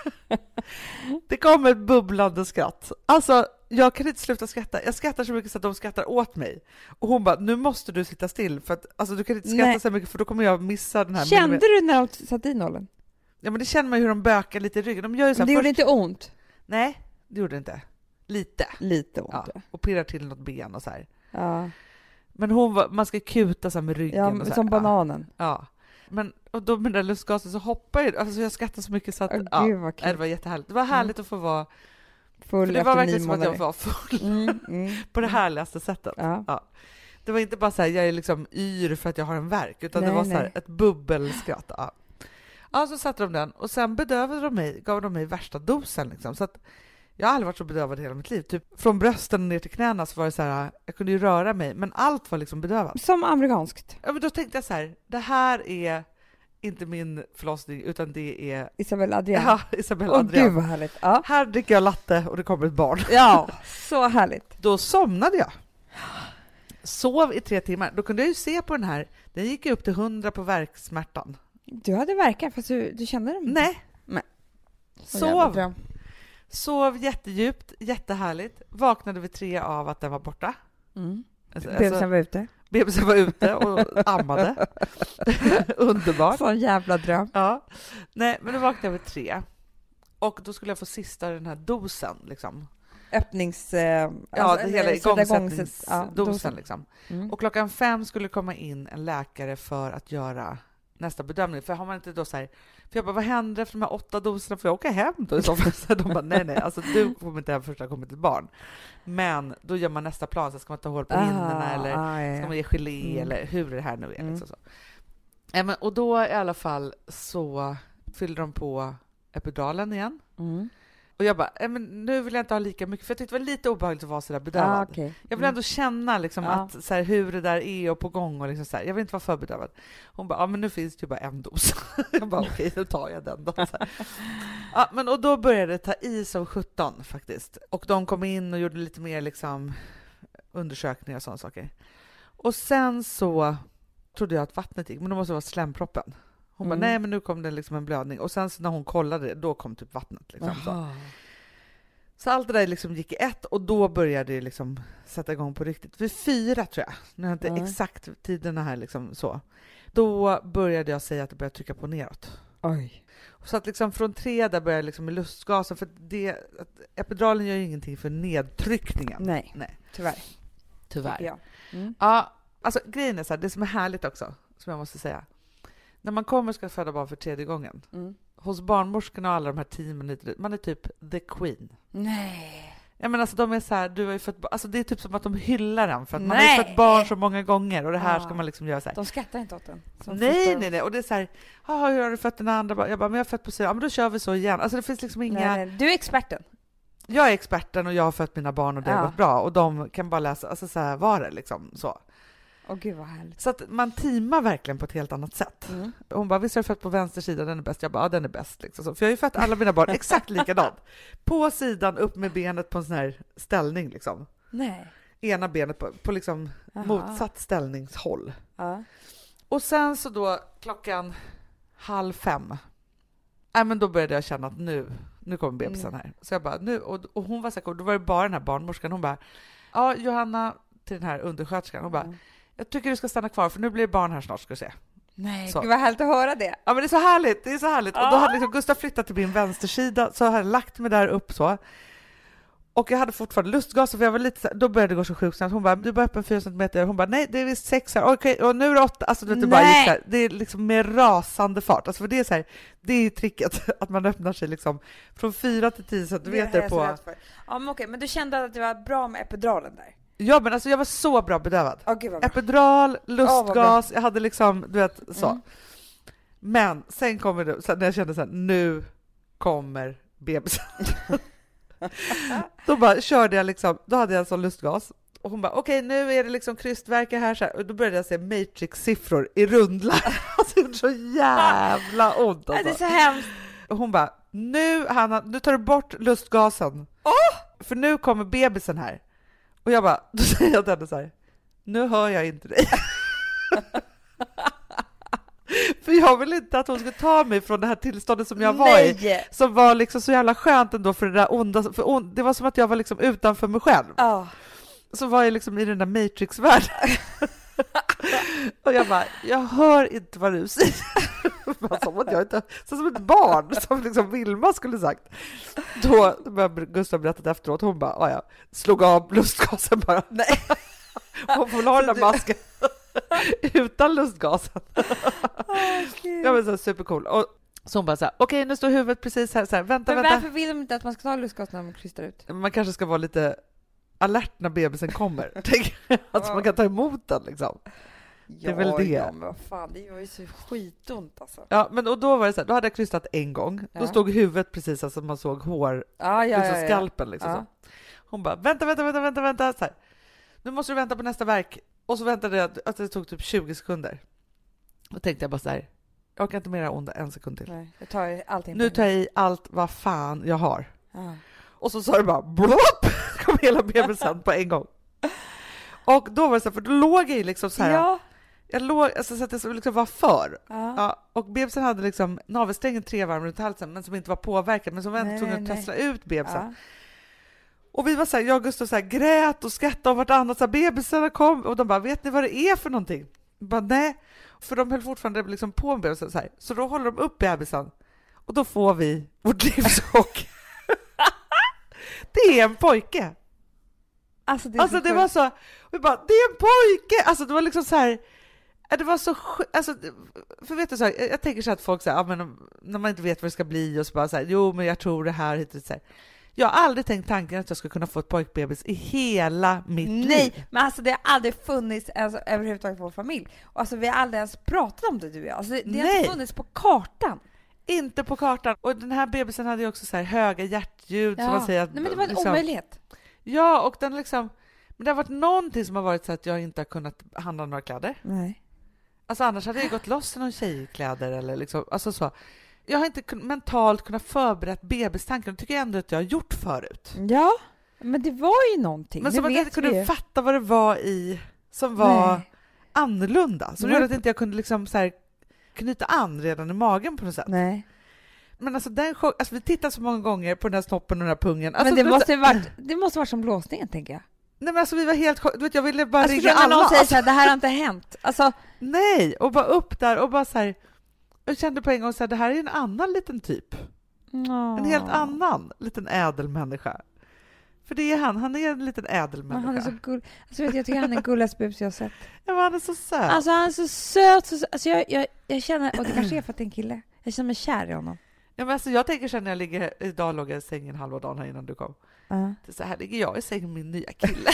Det kommer ett bubblande skratt. Alltså, jag kan inte sluta skratta. Jag skrattar så mycket så att de skrattar åt mig. Och hon bara, nu måste du sitta still för att alltså, du kan inte skratta så mycket för då kommer jag missa den här. Kände du när de satt i nålen? Ja, men det känner man ju hur de bökar lite i ryggen. De gör ju så här, det gjorde inte ont? Nej, det gjorde inte. Lite ont. Ja, och pirrar till något ben och så här. Ja. Men man ska kuta så här med ryggen. Ja, och så här. som bananen. Ja. Men och då med den där lustgasen så hoppar ju, alltså jag skrattar så mycket så att Gud, vad kul. Det var jättehärligt. Det var härligt att få vara full. För det var verkligen som att jag var full på det härligaste sättet. Ja. Det var inte bara så här, jag är liksom yr för att jag har en värk, utan Nej, det var så här nej. ett bubbelskratt. Ja, så satte de den och sen bedövade de mig, gav de mig värsta dosen liksom. Så att jag har aldrig varit så bedövad i hela mitt liv. Typ från brösten ner till knäna så var det så här, jag kunde ju röra mig, men allt var liksom bedövat. Som amerikanskt. Ja, men då tänkte jag så här, det här är inte min förlossning, utan det är Isabel Adrian. Ja, Isabel Åh Adrian. gud vad härligt. Ja. Här dricker jag latte och det kommer ett barn. Ja, så härligt. Då somnade jag. Sov i 3 timmar. Då kunde jag ju se på den här. Den gick ju upp till 100 på värksmärtan. Du hade verkar fast du kände dem. Nej. Nej. Så jävla bra. Sov jättedjupt, jättehärligt. Vaknade vid 3 av att den var borta. Bebisen var ute. Bebisen var ute och ammade. Underbart. Sån jävla dröm. Ja. Nej, men då vaknade jag vid 3. Och då skulle jag få sista den här dosen liksom. Öppnings... Ja, det hela igångsättningsdosen dosen. liksom. Och klockan 5 skulle komma in en läkare för att göra nästa bedömning. För har man inte då så här... För jag bara, vad händer efter de här 8 doserna? Får jag åka hem då? Så de bara, nej, alltså du kommer inte hem först när kommit ett barn. Men då gör man nästa plan. Så ska man ta hål på hinnorna eller ska man ge gelé eller hur det här nu är. Liksom så. Ja, men, och då i alla fall så fyllde de på epiduralen igen. Och jag bara, men nu vill jag inte ha lika mycket, för jag tyckte det var lite obehagligt att vara så där bedövad. Okay. Jag vill ändå känna liksom, att, så här, hur det där är och på gång. Och liksom, så här. Jag vill inte vara för bedövad. Hon bara, men nu finns det ju bara en dos. Jag bara, okej, nu tar jag den då. Så här. Men, och då började det ta i som 17 faktiskt. Och de kom in och gjorde lite mer liksom, undersökningar och sådana saker. Och sen så trodde jag att vattnet gick, men det måste vara slemproppen. Hon bara, nej men nu kom det liksom en blödning. Och sen så när hon kollade det, då kom typ vattnet. Liksom, så allt det där liksom gick i ett och då började det liksom sätta igång på riktigt. Vid 4 tror jag, nu har jag inte exakt tiderna här liksom så. Då började jag säga att det började trycka på neråt. Oj. Så att liksom från 3 där började jag liksom med lustgasen, för epiduralen gör ju ingenting för nedtryckningen. Nej. Tyvärr. Ja. Ja, alltså grejen är så här, det som är härligt också, som jag måste säga. När man kommer och ska föda barn för 3:e gången. Hos barnmorskorna och alla de här teamen, man är typ the queen. Nej. Ja, men alltså de är så här, du har ju fött, alltså det är typ som att de hyllar en för att man har fött barn så många gånger och det här ska man liksom göra så här. De skrattar inte åt den. Nej, och det är så här, hur har du fött den andra? Jag bara, men jag har fött på sig. Ja, men då kör vi så igen. Alltså det finns liksom inga... Nej. Du är experten. Jag är experten och jag har fött mina barn och det har gått bra och de kan bara läsa, alltså så här var det liksom så. Åh gud vad härligt. Så att man teamar verkligen på ett helt annat sätt. Hon bara, visst har du fött på vänster sida, den är bäst. Jag bara, ja den är bäst. Liksom. Så, för jag har ju fött alla mina barn exakt likadant. På sidan, upp med benet på en sån här ställning. Liksom. Nej. Ena benet på liksom motsatt ställningshåll. Och sen så då klockan 4:30. Men då började jag känna att nu kommer bebisen här. Så jag bara, nu. Och hon var så här, då var det bara den här barnmorskan. Hon bara, ja Johanna, till den här undersköterskan. Hon bara, jag tycker du ska stanna kvar för nu blir det barn här snart, ska du se. Nej, gud vad härligt att höra det. Ja, men det är så härligt. Och då hade liksom Gustav flyttat till min vänstersida, så hade jag lagt mig där upp så. Och jag hade fortfarande lustgas, för jag var lite så, då började det gå så sjukt snabbt. Hon bara, du är bara öppen 4 centimeter. Hon bara, nej det är visst 6 här. Okej, och nu är det 8. Alltså det bara gick så här. Det är liksom med rasande fart. Alltså för det är så här, det är ju tricket att man öppnar sig liksom från 4 till 10 centimeter på. Ja, men okej, men du kände att det var bra med epiduralen där? Ja, men alltså jag var så bra bedövad. Gud, vad bra. Epidural, lustgas, jag hade liksom, du vet, så. Men sen kommer det, så när jag kände så här, nu kommer bebisen. Då bara körde jag liksom, då hade jag en sån lustgas. Och hon bara, okej, nu är det liksom krystverkar här. Och då började jag se Matrix-siffror i rundlar. Alltså det gjorde så jävla ont. Alltså. Det är så hemskt. Och hon bara, nu Hanna, nu tar du bort lustgasen. För nu kommer bebisen här. Och jag bara, då säger jag till henne så här, nu hör jag inte dig. För jag vill inte att hon ska ta mig från det här tillståndet som jag var i. Som var liksom så jävla skönt ändå för det där onda. För det var som att jag var liksom utanför mig själv. Så var jag liksom i den där Matrix-världen. Och jag bara, jag hör inte vad du säger. Som att jag inte, så som ett barn som liksom Vilma skulle sagt. Då började Gustav berätta efteråt. Hon bara, slog av lustgasen bara. Nej. Hon får ha den där masken utan lustgasen. Jag var så supercool. Och så hon bara så här, okej, nu står huvudet precis här. Så här, vänta. Men varför vill de inte att man ska ta lustgasen när man krystar ut? Man kanske ska vara lite alert när bebisen kommer. Alltså man kan ta emot den liksom. Det är väl det. Ja, men vad fan, det var ju så skitont alltså. Ja, men och då var det så här, då hade jag krystat en gång. Då stod huvudet precis alltså man såg hår, liksom skalpen liksom så. Hon bara, vänta så här. Nu måste du vänta på nästa verk. Och så väntade jag att det tog typ 20 sekunder. Då tänkte jag bara så här, jag kan inte mer onda en sekund till. Nej, jag tar allting. Nu tar jag i allt vad fan jag har. Och så sa det bara, blopp, kom hela bebisen på en gång. Och då var det så här, för då låg jag liksom så här. Ja. Jag låg alltså, så att det liksom var för. Ja, och bebisen hade liksom navelsträngen 3 varv runt halsen men som inte var påverkad, men som var ändå tvungen att trassla ut bebisen. Ja. Och vi var så här, jag och Gustav så här, grät och skrattade om vartannat, så här, bebisarna kom och de bara, vet ni vad det är för någonting? Jag bara, nej, för de höll fortfarande liksom på med bebisen så här. Så då håller de upp bebisen och då får vi vårt livschock. Det är en pojke. Alltså det var så, vi bara, det är en pojke. Alltså det var liksom så här, det var så, alltså för vet du så här, jag tänker så att folk säger, ja men när man inte vet vad det ska bli och så bara så här, jo men jag tror det här hittills så här. Jag har aldrig tänkt tanken att jag ska kunna få ett pojkbebis i hela mitt liv. Nej, men alltså det har aldrig funnits alltså, överhuvudtaget i vår familj. Och alltså vi har aldrig ens pratat om det, du och jag. Alltså, det har inte funnits på kartan. Inte på kartan. Och den här bebisen hade ju också så här höga hjärtljud. Som man säger att, nej, men det var en liksom, omöjlighet. Ja, och den liksom, men det har varit någonting som har varit så att jag inte har kunnat handla några kläder. Nej. Alltså annars hade jag gått loss i någon tjejkläder eller liksom, alltså så. Jag har inte mentalt kunnat förbereda bebistanken. Det tycker jag ändå att jag har gjort förut. Ja, men det var ju någonting. Men som man inte kunde fatta vad det var i som var annorlunda. Så det gjorde att inte jag kunde liksom så här knyta an redan i magen på något sätt. Nej. Men alltså den alltså vi tittar så många gånger på den här snoppen och den här pungen. Alltså, men det måste varit som blåsningen, tänker jag. Nej men alltså vi var helt du vet, jag ville bara alltså, ringa alla. Någon säger så här, det här har inte hänt. Alltså nej, och bara upp där och bara så här, jag kände på en gång så här, det här är en annan liten typ. En helt annan liten ädelmänniska. För det är han är en liten ädelmänniska. Han är så gull. Alltså vet jag tycker han är gulligast bebis jag har sett. Ja, men han är så söt. Alltså han är så söt. Alltså jag känner, och det kanske är för att det är en kille. Jag känner mig kär i honom. Ja, men alltså jag tänker sen när jag ligger, idag låg jag i sängen halva dagen här innan du kom. Det är så här ligger jag i sängen med min nya kille.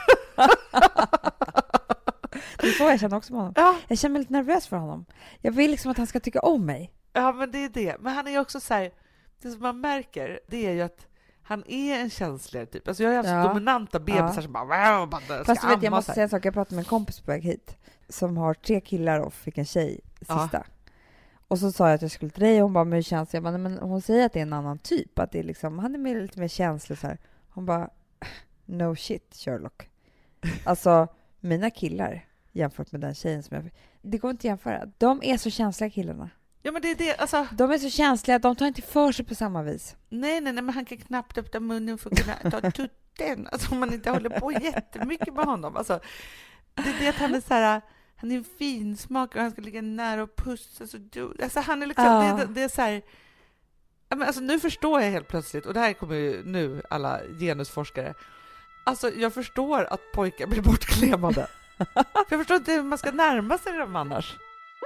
Det är så jag känner också med honom. Ja. Jag känner mig lite nervös för honom. Jag vill liksom att han ska tycka om mig. Ja, men det är det. Men han är ju också så här, det som man märker, det är ju att han är en känsligare typ. Alltså jag har haft dominanta bebisar som bara fast du vet, jag måste säga en sak. Jag pratade med en kompis på väg hit som har 3 killar och fick en tjej sista. Ja. Och så sa jag att jag skulle till dig och hon bara, men hur känns det? Jag bara, men hon säger att det är en annan typ. Att det är liksom, han är lite mer känslig så här. Hon bara, no shit Sherlock. Alltså mina killar jämfört med den tjejen som det går inte att jämföra. De är så känsliga killarna. Ja, men det är det, alltså. De är så känsliga, de tar inte för sig på samma vis. Nej, men han kan knappt öppna munnen för att kunna ta tutten. Alltså om man inte håller på jättemycket med honom. Alltså, det är det att han är så här, han är en fin smak och han ska ligga nära och pussa. Alltså han är liksom, det är så här, alltså nu förstår jag helt plötsligt, och det här kommer ju nu alla genusforskare. Alltså jag förstår att pojkar blir bortklemade. För jag förstår inte hur man ska närma sig dem annars.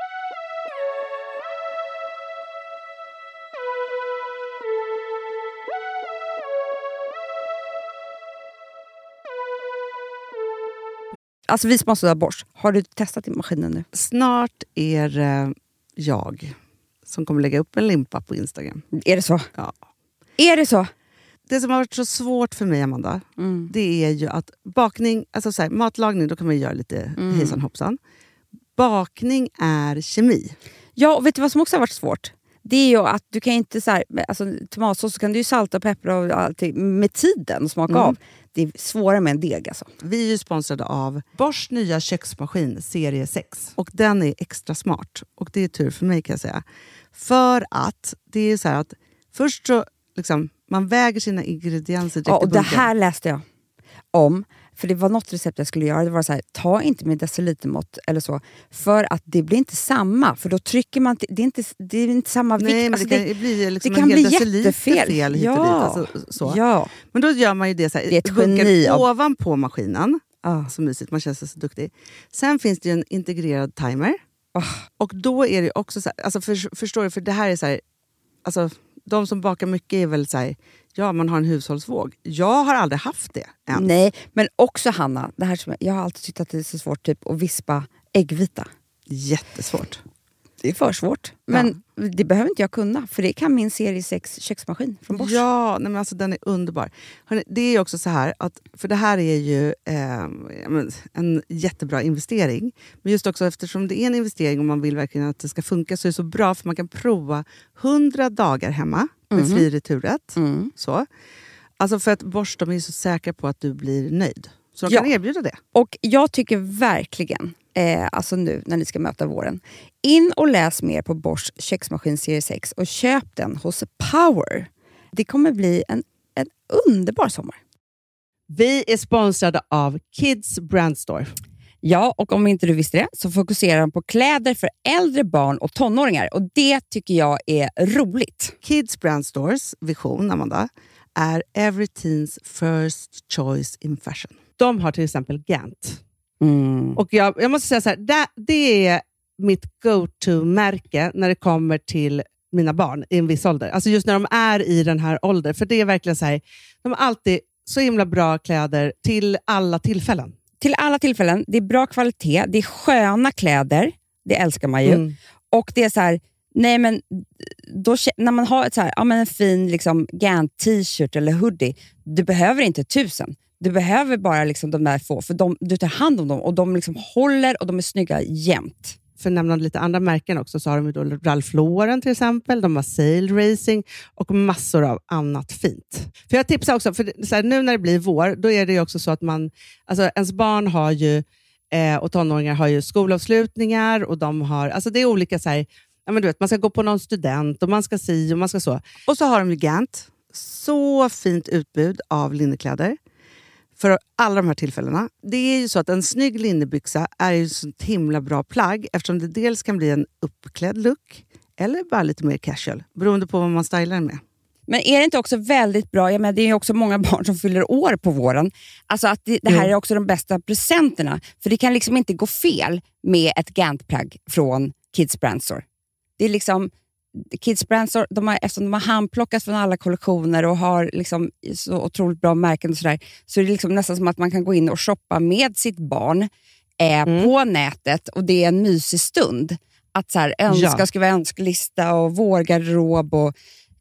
Alltså vi sponsrar Bosch. Har du testat i maskinen nu? Snart är jag som kommer lägga upp en limpa på Instagram. Är det så? Ja. Är det så? Det som har varit så svårt för mig, Amanda, det är ju att bakning, alltså så här, matlagning, då kan man ju göra lite hejsan hoppsan. Bakning är kemi. Ja, och vet du vad som också har varit svårt? Det är ju att du kan inte så här, alltså tomatsås så kan du ju salta och peppra och allting med tiden och smaka av. Det är svårare med en deg alltså. Vi är ju sponsrade av Bosch nya köksmaskin serie 6. Och den är extra smart. Och det är tur för mig kan jag säga. För att det är så här att först så liksom, man väger sina ingredienser direkt i bunken. Och det här läste jag om. För det var något recept jag skulle göra. Det var så här, ta inte med decilitermått eller så. För att det blir inte samma. För då trycker man, det är inte samma vikt. Nej, men alltså det kan bli liksom det kan bli jättefel hit och dit. Alltså, så. Ja. Men då gör man ju det så här. Det är ett geni ovanpå maskinen. Så mysigt, man känns så duktig. Sen finns det ju en integrerad timer. Och då är det också så här, alltså förstår du, för det här är så här, alltså de som bakar mycket är väl så här, Ja, man har en hushållsvåg. Jag har aldrig haft det än. Nej, men också Hanna, det här som jag har alltid tyckt att det är så svårt typ att vispa äggvita. Jättesvårt. Det är för svårt. Men det behöver inte jag kunna, för det kan min serie 6 köksmaskin från Bosch. Ja, nej, men alltså den är underbar. Hörrni, det är också så här, att, för det här är ju en jättebra investering. Men just också eftersom det är en investering och man vill verkligen att det ska funka, så är det så bra för man kan prova 100 dagar hemma med fri returrätt. Så. Alltså för att Bosch, de är så säkra på att du blir nöjd. Så de kan erbjuda det. Och jag tycker verkligen, alltså nu när ni ska möta våren, in och läs mer på Bosch köksmaskin serie 6 och köp den hos Power. Det kommer bli en underbar sommar. Vi är sponsrade av Kids Brand Store. Ja, och om inte du visste det så fokuserar de på kläder för äldre barn och tonåringar. Och det tycker jag är roligt. Kids Brand Stores vision, Amanda, är every teens first choice in fashion. De har till exempel Gant. Och jag måste säga så här, det är mitt go-to-märke när det kommer till mina barn i en viss ålder. Alltså just när de är i den här åldern. För det är verkligen så här, de har alltid så himla bra kläder till alla tillfällen. Till alla tillfällen. Det är bra kvalitet. Det är sköna kläder. Det älskar man ju. Och det är så här, nej men då, när man har ett så här, ja, men en fin liksom, Gant t-shirt eller hoodie, du behöver inte 1000. Du behöver bara liksom de där få, för du tar hand om dem och de liksom håller och de är snygga jämt. För att nämna lite andra märken också, så har de ju då Ralph Lauren till exempel, de har Sail Racing och massor av annat fint. För jag tipsar också, för så här, nu när det blir vår, då är det ju också så att alltså ens barn har ju, och tonåringar har ju skolavslutningar och de har, alltså det är olika så här, ja men du vet, man ska gå på någon student och man ska si och man ska så. Och så har de ju Gant, så fint utbud av linnekläder. För alla de här tillfällena. Det är ju så att en snygg linnebyxa är ju så himla bra plagg, eftersom det dels kan bli en uppklädd look eller bara lite mer casual, beroende på vad man stylar den med. Men är det inte också väldigt bra, jag menar, det är ju också många barn som fyller år på våren, alltså att det här är också de bästa presenterna, för det kan liksom inte gå fel med ett Gant-plagg från Kids Brand Store. Det är liksom Kids Brand Store, eftersom de har handplockat från alla kollektioner och har liksom så otroligt bra märken och sådär, så är det liksom nästan som att man kan gå in och shoppa med sitt barn på nätet, och det är en mysig stund att så här, skriva önskelista och vårgarderob och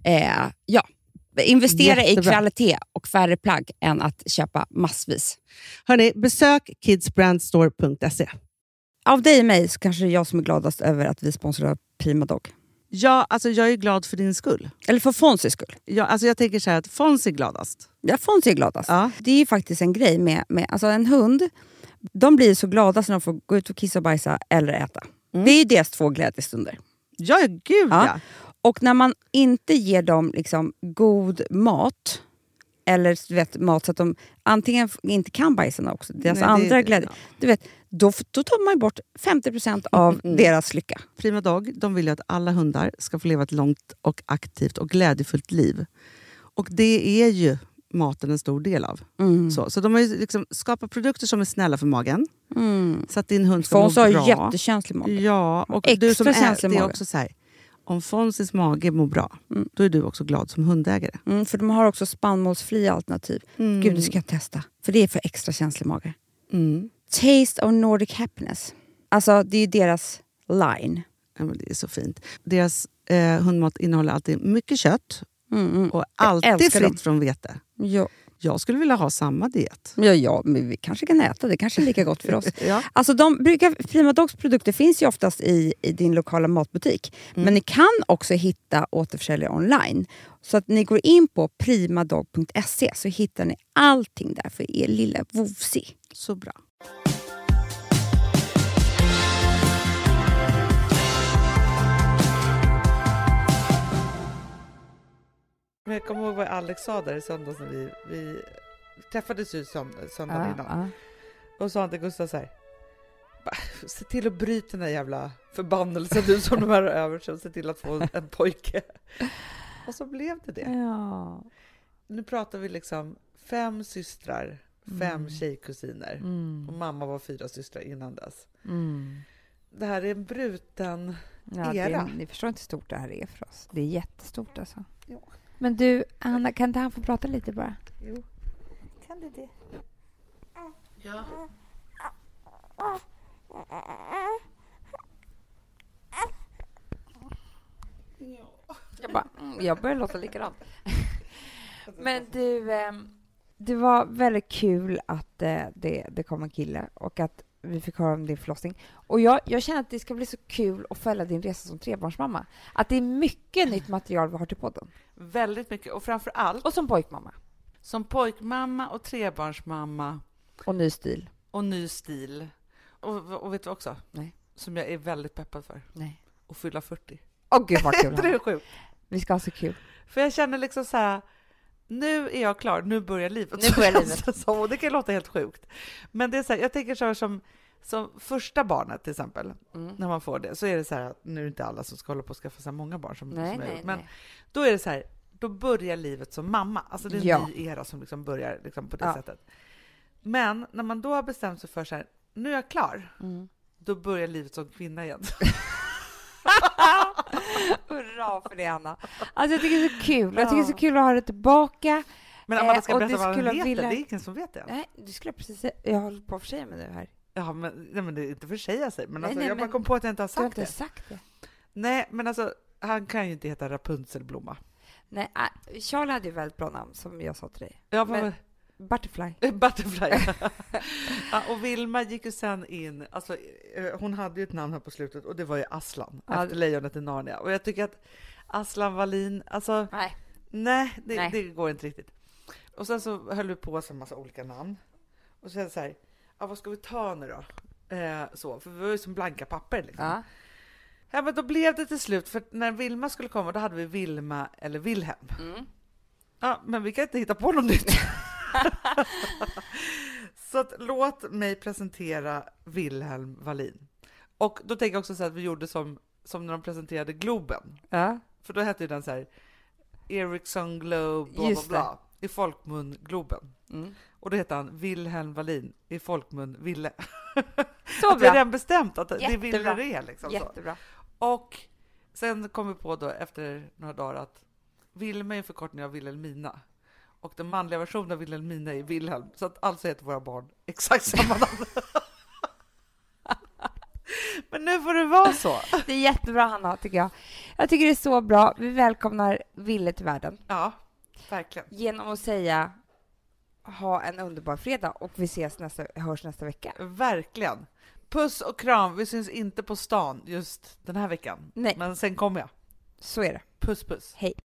investera i kvalitet och färre plagg än att köpa massvis. Hörrni, besök kidsbrandstore.se. Av dig och mig så kanske det är jag som är gladast över att vi sponsrar Prima Dog. Ja, alltså jag är glad för din skull. Eller för Fonzys skull. Ja, alltså jag tänker så här att Fonzie är gladast. Ja, Fonzie är gladast. Ja. Det är ju faktiskt en grej med alltså en hund. De blir så glada när de får gå ut och kissa och bajsa eller äta. Det är ju deras 2 glädjestunder. Ja, gud ja. Och när man inte ger dem liksom god mat, eller du vet, mat så att de antingen inte kan bajsa också, deras andra glädje, du vet, då tar man ju bort 50% av deras lycka. Prima Dog, de vill ju att alla hundar ska få leva ett långt och aktivt och glädjefullt liv. Och det är ju maten en stor del av. Så de har ju liksom skapat produkter som är snälla för magen. Så att din hund ska må bra. Fons har jättekänslig mage. Ja, och du som är, det är också så här, om Fonzys mage mår bra, då är du också glad som hundägare. För de har också spannmålsfria alternativ. Gud, det ska jag testa. För det är för extra känslig mage. Taste of Nordic Happiness. Alltså, det är ju deras line. Ja, men det är så fint. Deras hundmat innehåller alltid mycket kött. Och alltid fritt från vete. Ja. Jag skulle vilja ha samma diet. Ja, men vi kanske kan äta. Det kanske är lika gott för oss. Alltså Prima Dogs produkter finns ju oftast i din lokala matbutik. Men ni kan också hitta återförsäljare online. Så att ni går in på primadog.se så hittar ni allting där för er lilla vovsi. Så bra. Men jag kommer ihåg vad Alex sa där i söndags när vi träffades ju söndagen innan. Och sa han till Gustav så här: se till att bryta den där jävla förbannelsen du som de här över sig och se till att få en pojke. Och så blev det. Ja. Nu pratar vi liksom 5 systrar, 5 tjejkusiner. Och mamma var 4 systrar innan dess. Det här är en bruten era. Ni förstår inte hur stort det här är för oss. Det är jättestort alltså. Ja. Men du, Anna, kan inte han få prata lite bara? Jo. Kan du det? Ja. Jag börjar låta likadant. Men du, det var väldigt kul att det kom en kille och att vi fick höra om din förlossning. Och jag känner att det ska bli så kul att följa din resa som trebarnsmamma. Att det är mycket nytt material vi har till podden. Väldigt mycket. Och framför allt... Och som pojkmamma. Som pojkmamma och trebarnsmamma. Och ny stil. Och ny stil. Och vet du också? Nej. Som jag är väldigt peppad för. Nej. Och fylla 40. Gud vad kul. Det är sjukt. Vi ska ha så kul. För jag känner liksom så här... Nu är jag klar, nu börjar livet. Nu börjar livet. Och det kan låta helt sjukt. Men det är så här, jag tänker så här som första barnet till exempel, när man får det, så är det så här att nu är det inte alla som ska hålla på att skaffa så många barn som jag gjort. Men då är det så här, då börjar livet som mamma. Alltså det är en ny era som liksom börjar liksom på det sättet. Men när man då har bestämt sig för så här, nu är jag klar, då börjar livet som kvinna igen. Hurra för det, Anna. Alltså jag tycker det är så kul. Jag tycker det är så kul att ha det tillbaka. Men Amanda ska berätta vad han heter. Det är ingen som vet det. Nej, du skulle precis säga. Jag håller på att försäga mig nu här. Ja, men det är inte försäga sig. Men alltså, jag bara kom på att jag inte har sagt det. Du har inte sagt det. Nej, men alltså han kan ju inte heta Rapunzelblomma. Nej, Charlie hade ju väldigt bra namn som jag sa till dig. Ja, men Butterfly. Butterfly. Ja, och Vilma gick ju sen in, alltså hon hade ju ett namn här på slutet och det var ju Aslan, efter Lejonet i Narnia. Och jag tycker att Aslan Wallin, alltså nej, det går inte riktigt. Och sen så höll vi på en massa olika namn. Och så är det så här, vad ska vi ta nu då? Så, för vi var ju som blanka papper liksom. Ja, men då blev det till slut, för när Vilma skulle komma då hade vi Vilma eller Wilhelm. Ja, men vi kan inte hitta på något nytt. Så att, låt mig presentera Wilhelm Wallin. Och då tänker jag också så att vi gjorde som när de presenterade Globen. För då hette ju den så här Ericsson Globe bla bla bla. I folkmun Globen. Och då heter han Wilhelm Wallin, i folkmun Ville. Så bra. Det är redan bestämt att det är Ville det är liksom. Jättebra. Så. Och sen kom vi på då efter några dagar att Vilma är en förkortning av Wilhelmina. Och den manliga versionen av Wilhelmina är Wilhelm. Så att alltså heter våra barn exakt samma namn. Men nu får det vara så. Det är jättebra, Hanna, tycker jag. Jag tycker det är så bra. Vi välkomnar Ville till världen. Ja, verkligen. Genom att säga ha en underbar fredag och vi hörs nästa vecka. Verkligen. Puss och kram. Vi syns inte på stan just den här veckan. Nej. Men sen kommer jag. Så är det. Puss, puss. Hej.